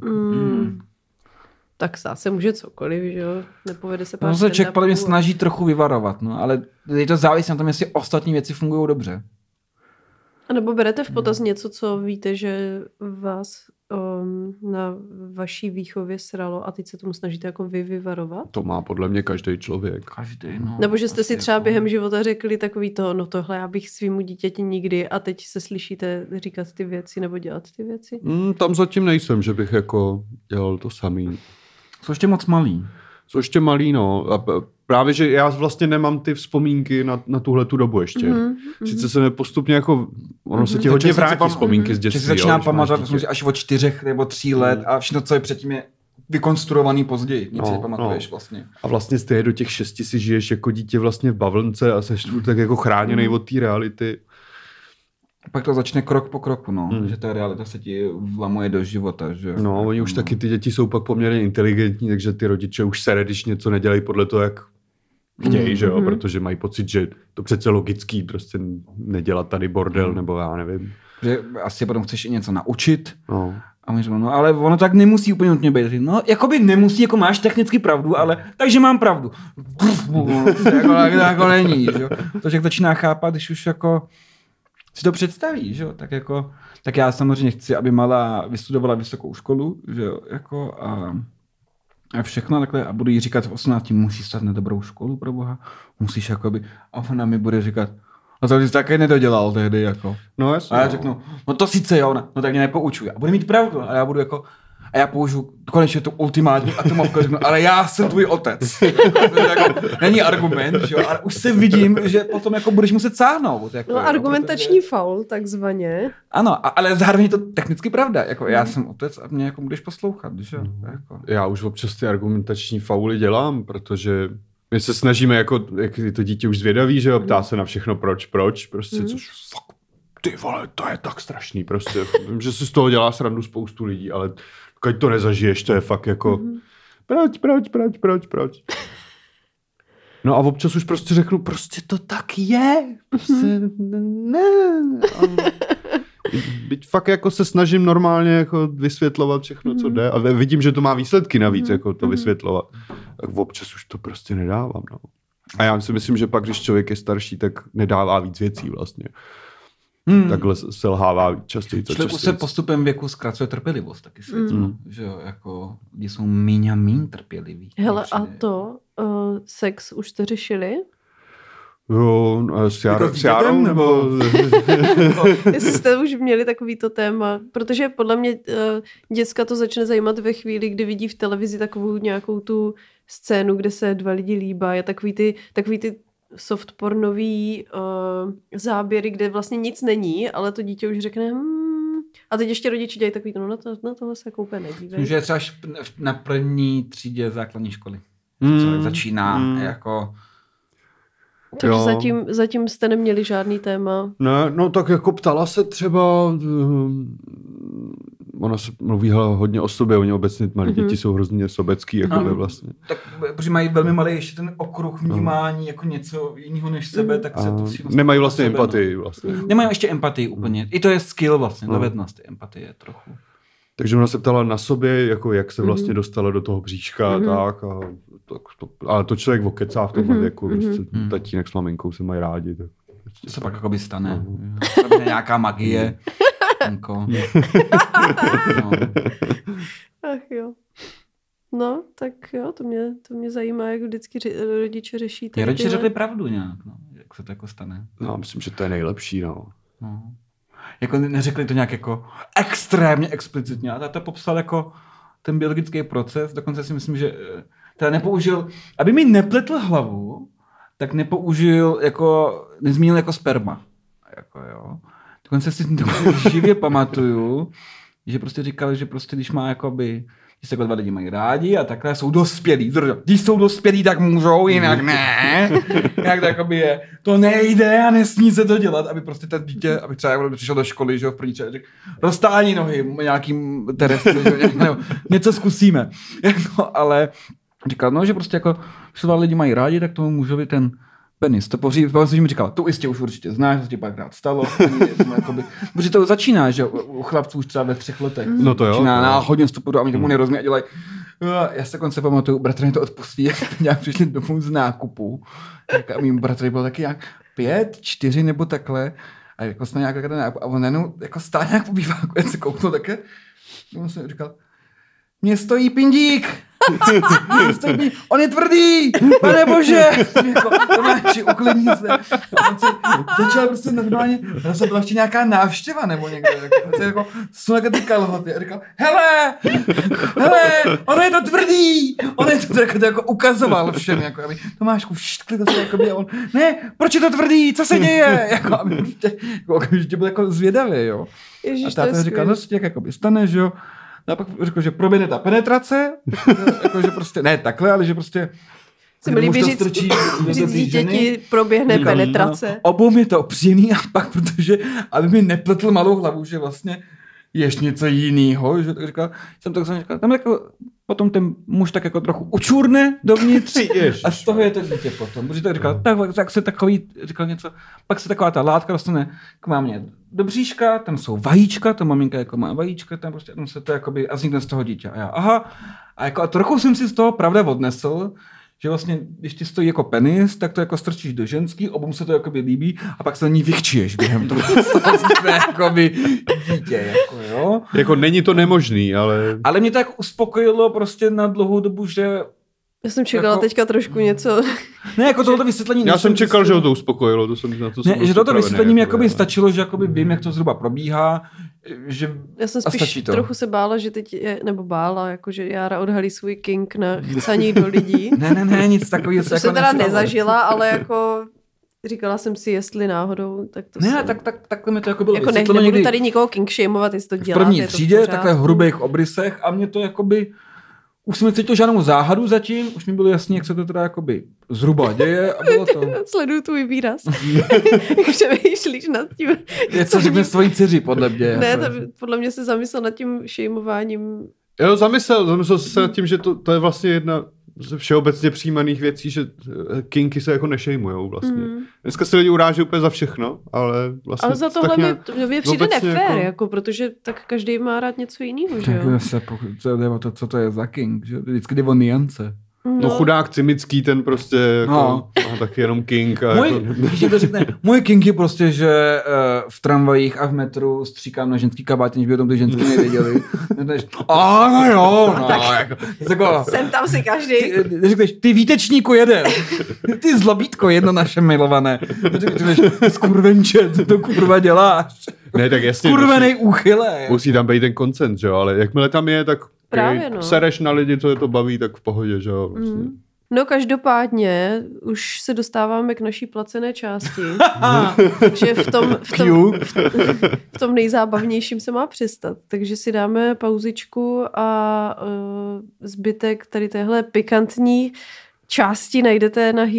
Tak se může cokoliv, že jo. Nepovede se pár. No se člověk podle mě snaží trochu vyvarovat, no, ale je to závisí na tom, jestli ostatní věci fungují dobře. A nebo berete v potaz něco, co víte, že vás na vaší výchově sralo a teď se tomu snažíte jako vyvarovat? To má podle mě každý člověk. Každý, no. Nebo že jste si třeba během života řekli takový to, no tohle já bych svýmu dítěti nikdy a teď se slyšíte říkat ty věci nebo dělat ty věci? Tam zatím nejsem, že bych jako dělal to samý. Jsou ještě moc malý. Jsou ještě malý, no. A právě, že já vlastně nemám ty vzpomínky na tuhle tu dobu ještě. Sice se postupně jako, ono se ti hodně vrátí vzpomínky z dětství. Že si začíná pamatovat až od 4 nebo 3 let a všechno, co je předtím, je vykonstruovaný později. Nic si pamatuješ vlastně. A vlastně z té do těch 6 si žiješ jako dítě vlastně v bavlnce a seš tak jako chráněnej od té reality. Pak to začne krok po kroku, no. Že ta realita se ti vlamuje do života, že? No, oni už taky ty děti jsou pak poměrně inteligentní, takže ty rodiče už sere, když něco nedělají podle toho, jak chtějí, že jo? Protože mají pocit, že to přece logický, prostě nedělat tady bordel, nebo já nevím. Že asi potom chceš i něco naučit. No. A my říkám, no ale ono tak nemusí úplně nutně být. No, jakoby nemusí, jako máš technicky pravdu, ale takže mám pravdu. jako není, že jo? To člověk začíná chápat, když už jako si to představí, že jo? Tak já samozřejmě chci, aby malá vystudovala vysokou školu, že jo? Jako a všechno takhle a budu jí říkat v 18, musíš stát na dobrou školu, pro boha, musíš jakoby, a ona mi bude říkat, no to jsi také nedodělal tehdy, jako. No jasně. A já řeknu, no to sice jo, no tak mě nepoučuj. A bude mít pravdu, a já budu jako, a já použiju konečně tu ultimátní atomovku, řeknu, ale já jsem tvůj otec. To jako, není argument, že jo, ale už se vidím, že potom jako budeš muset sáhnout. Jako, no, argumentační faul, takzvaně. Ano, ale zároveň je to technicky pravda. Jako, já jsem otec a mě jako budeš poslouchat. Že? Jako. Já už občas ty argumentační fauly dělám, protože my se snažíme, jako, jak je to dítě už zvědavý, že jo, ptá se na všechno proč, prostě, což fakt, ty vole, to je tak strašný, prostě. Vím, že si z toho dělá srandu spoustu lidí, ale když to nezažiješ, to je fakt jako, proč. No a občas už prostě řeknu, prostě to tak je, prostě ne. Byť fakt jako se snažím normálně jako vysvětlovat všechno, co jde a vidím, že to má výsledky navíc, jako to vysvětlovat. Tak občas už to prostě nedávám, no. A já si myslím, že pak, když člověk je starší, tak nedává víc věcí vlastně. Takhle selhává častěji. Člověku se postupem věku zkracuje trpělivost, taky si že jo, jako lidi jsou míň a míň trpěliví. Hele, a to sex už jste řešili? Jo, s Járou, nebo... Jestli jste už měli takovýto téma, protože podle mě děcka to začne zajímat ve chvíli, kdy vidí v televizi takovou nějakou tu scénu, kde se dva lidi líbají a takový ty softpornový záběry, kde vlastně nic není, ale to dítě už řekne a teď ještě rodiče dělají takový to, na tohle se jako úplně nedívej. Myslím, že je třeba na první třídě základní školy. Co začíná jako... Takže zatím jste neměli žádný téma. Ne, no tak jako ptala se třeba, ona se mluví hodně o sobě, oni obecně malí děti jsou hrozně sobecký, jako vlastně. Tak, protože mají velmi malý ještě ten okruh vnímání jako něco jiného než sebe, tak se to si vlastně... Nemají vlastně empatii vlastně. Nemají ještě empatii úplně. I to je skill vlastně, dovednost empatie trochu. Takže ona se ptala na sobě, jako jak se vlastně dostala do toho bříška a tak. Ale to člověk okecá v tomhle věku. Prostě tatínek s maminkou se mají rádi. Tak to se pak jako by stane. Nějaká magie. No. Ach jo. No, tak jo, to mě zajímá, jak vždycky rodiče řeší. Ty rodiče řekli pravdu nějak, no, jak se to jako stane. No, myslím, že to je nejlepší, no. Jako neřekli to nějak jako extrémně explicitně, ale to popsal jako ten biologický proces, dokonce si myslím, že teda nepoužil, aby mi nepletl hlavu, tak nepoužil jako, nezmínil jako sperma. Jako jo. Dokonce si živě pamatuju, že prostě říkali, že prostě když má jakoby, když se jako dva lidi mají rádi a takhle jsou dospělí. Když jsou dospělí, tak můžou, jinak ne. Jak to jakoby je. To nejde a nesmí se to dělat, aby prostě ten dítě, aby třeba přišel do školy, že jo, v první čas, řekl, roztáhni nohy nějakým terestru, něco zkusíme. Jako, ale říkal, no, že prostě jako, když se dva lidi mají rádi, tak tomu může být ten penis. To pořád mi říkal, to jistě už určitě znáš, to ti párkrát stalo. Protože to začíná, že u chlapců už třeba ve 3 letech. No to jo. Začíná na hodně vstupu a oni tomu nerozumí a dělají. Já se konce pamatuju, bratr mi to odpustí, jak nějak přišli domů z nákupu. A mým bratr byl taky nějak 5, 4 nebo takhle. A jako jsme nějak a on jenom jako stál nějak po býváku, já se kouknul také. A jsem říkal, mě stojí pindík. On je tvrdý, pane bože, jako, Tomáši, uklidni se. On se začal prostě normálně, to byla ještě nějaká návštěva nebo někde, jako sunaka ty kalhoty a říkal, hele, ono je to tvrdý, on je to jako ukazoval všem, jako, aby Tomášku, vštkli to se jako by, on, ne, proč je to tvrdý, co se děje, jako, aby prostě byl jako zvědavý, jo. Ježiš, a táta říkal, no se jako by stane, že jo. A pak řekl, že proběhne ta penetrace, jako, že prostě, ne takhle, ale že prostě... Se mi líbí říct dítěti proběhne penetrace. No, obou je to příjemný a pak, protože, aby mi nepletl malou hlavu, že vlastně ještě něco jinýho, že tak říkal, tam jako potom ten muž tak jako trochu učurne dovnitř a z toho je to dítě potom. Protože tak říkal, tak se takový, říkal něco, pak se taková ta látka dostane k mámě do bříška, tam jsou vajíčka, ta maminka jako má vajíčka, tam prostě tam se to jakoby, a vznikne z toho dítě. A já, aha, a jako a trochu jsem si z toho pravda odnesl, že vlastně, když ti stojí jako penis, tak to jako strčíš do ženský, obou se to jakoby líbí a pak se na ní vychčiješ během toho jakoby dítě, jako jo. Jako není to nemožný, ale... Ale mě to jako uspokojilo prostě na dlouhou dobu, že Já jsem čekala jako... teďka trošku něco. Ne, jako tohoto vysvětlení... Já jsem čekal, že ho to uspokojilo, to jsem na to ne, že tohoto vysvětlení jakoby stačilo, že jakoby vím, jak to zhruba probíhá, že já jsem spíš trochu se bála, že teď nebo bála, jako že Jára odhalí svůj kink na chcaní do lidí. Ne, nic takového se jako jsem teda nezažila, ale jako říkala jsem si, jestli náhodou, tak to ne, takhle mi to jako bylo jako nebudu tady nikoho kink shameovat, jestli to děláte. V první třídě, takhle v hrubých obrysech a mě to jakoby už jsem necítil žádnou záhadu zatím, už mi bylo jasný, jak se to teda jakoby zhruba děje a bylo to. Sleduju tvůj výraz. Přemýšlíš nad tím. Co řekne svojí dceři, podle mě. Ne, podle mě se zamyslel nad tím shameováním. Jo, zamyslel se nad tím, že to je vlastně jedna ze všeobecně přijímaných věcí, že kinky se jako nešejmujou vlastně. Dneska se lidi uráží úplně za všechno, ale vlastně... Ale za tohle mi přijde nefér, jako, protože tak každý má rád něco jiného, že jo? Co to je za kink, že vždycky jde o niance. No chudák Cimický, ten prostě jako má taky jenom kink. A můj kink je prostě, že v tramvajích a v metru stříkám na ženský kabátě, než by o tom ty ženský nevěděli. Jsem tam si každý. Řekneš, ty výtečníku jeden. Ty zlobítko jedno naše milované. Řekneš, skurvenče, co to kurva děláš? Ne, tak jasně. Skurvenej úchyle. Musí tam být ten koncent, že jo, ale jakmile tam je, tak sereš na lidi, co je to baví, tak v pohodě, že jo. Vlastně. No každopádně už se dostáváme k naší placené části, že v tom nejzábavnějším se má přestat. Takže si dáme pauzičku a zbytek tady téhle pikantní části najdete na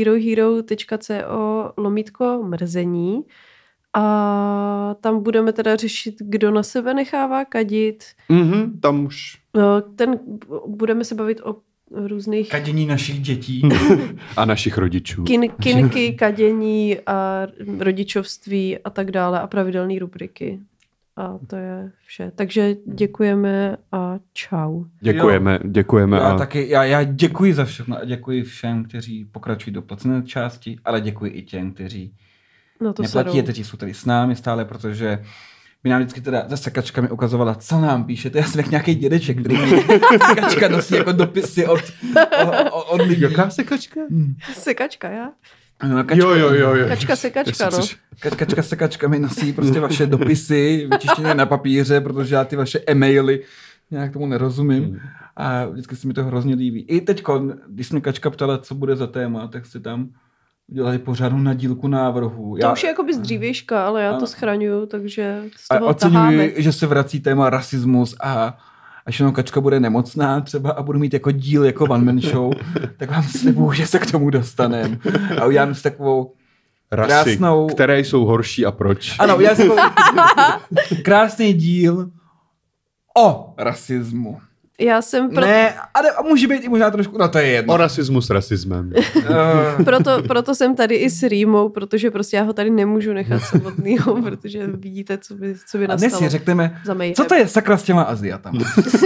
herohero.co/mrzení a tam budeme teda řešit, kdo na sebe nechává kadit. Tam už. Budeme se bavit o různých... Kadění našich dětí. A našich rodičů. Kinky, kadění a rodičovství a tak dále a pravidelné rubriky. A to je vše. Takže děkujeme a čau. Děkujeme. Já děkuji za všechno a děkuji všem, kteří pokračují do placené části, ale děkuji i těm, kteří neplatí, kteří jsou tady s námi stále, protože by nám vždycky teda za sekačkami ukazovala, co nám píšete. Já jsem jak nějaký dědeček, který sekačka nosí jako dopisy od lidí. Jaká sekačka? Sekačka, já. No, jo. Sekačka, no. Sekačka mi nosí prostě vaše dopisy, vyčištěné na papíře, protože já ty vaše e-maily nějak tomu nerozumím. A vždycky se mi to hrozně líbí. I teďko, když mě Kačka ptala, co bude za téma, tak si tam udělali pořádnou nadílku návrhu. To už je jakoby z dřívějška, ale já to schraňuju, takže z toho oceňuji, že se vrací téma rasismus a až jenom Kačka bude nemocná třeba a budu mít jako díl jako one man show, tak vám slibuju, že se k tomu dostaneme. A udělám si takovou krásnou... Které jsou horší a proč. Ano, udělám si krásný díl o rasismu. Já jsem Ne, a může být i možná trošku, no to je jedno. O rasismu s rasismem. proto jsem tady i s Rýmou, protože prostě já ho tady nemůžu nechat samotnýho, protože vidíte, co by nastalo. A dnes si řekneme, co to je sakra s těma Aziatama.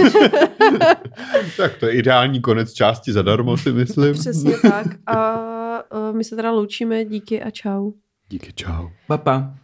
Tak to je ideální konec části zadarmo, si myslím. Přesně tak. A my se teda loučíme, díky a čau. Díky, čau. Pa.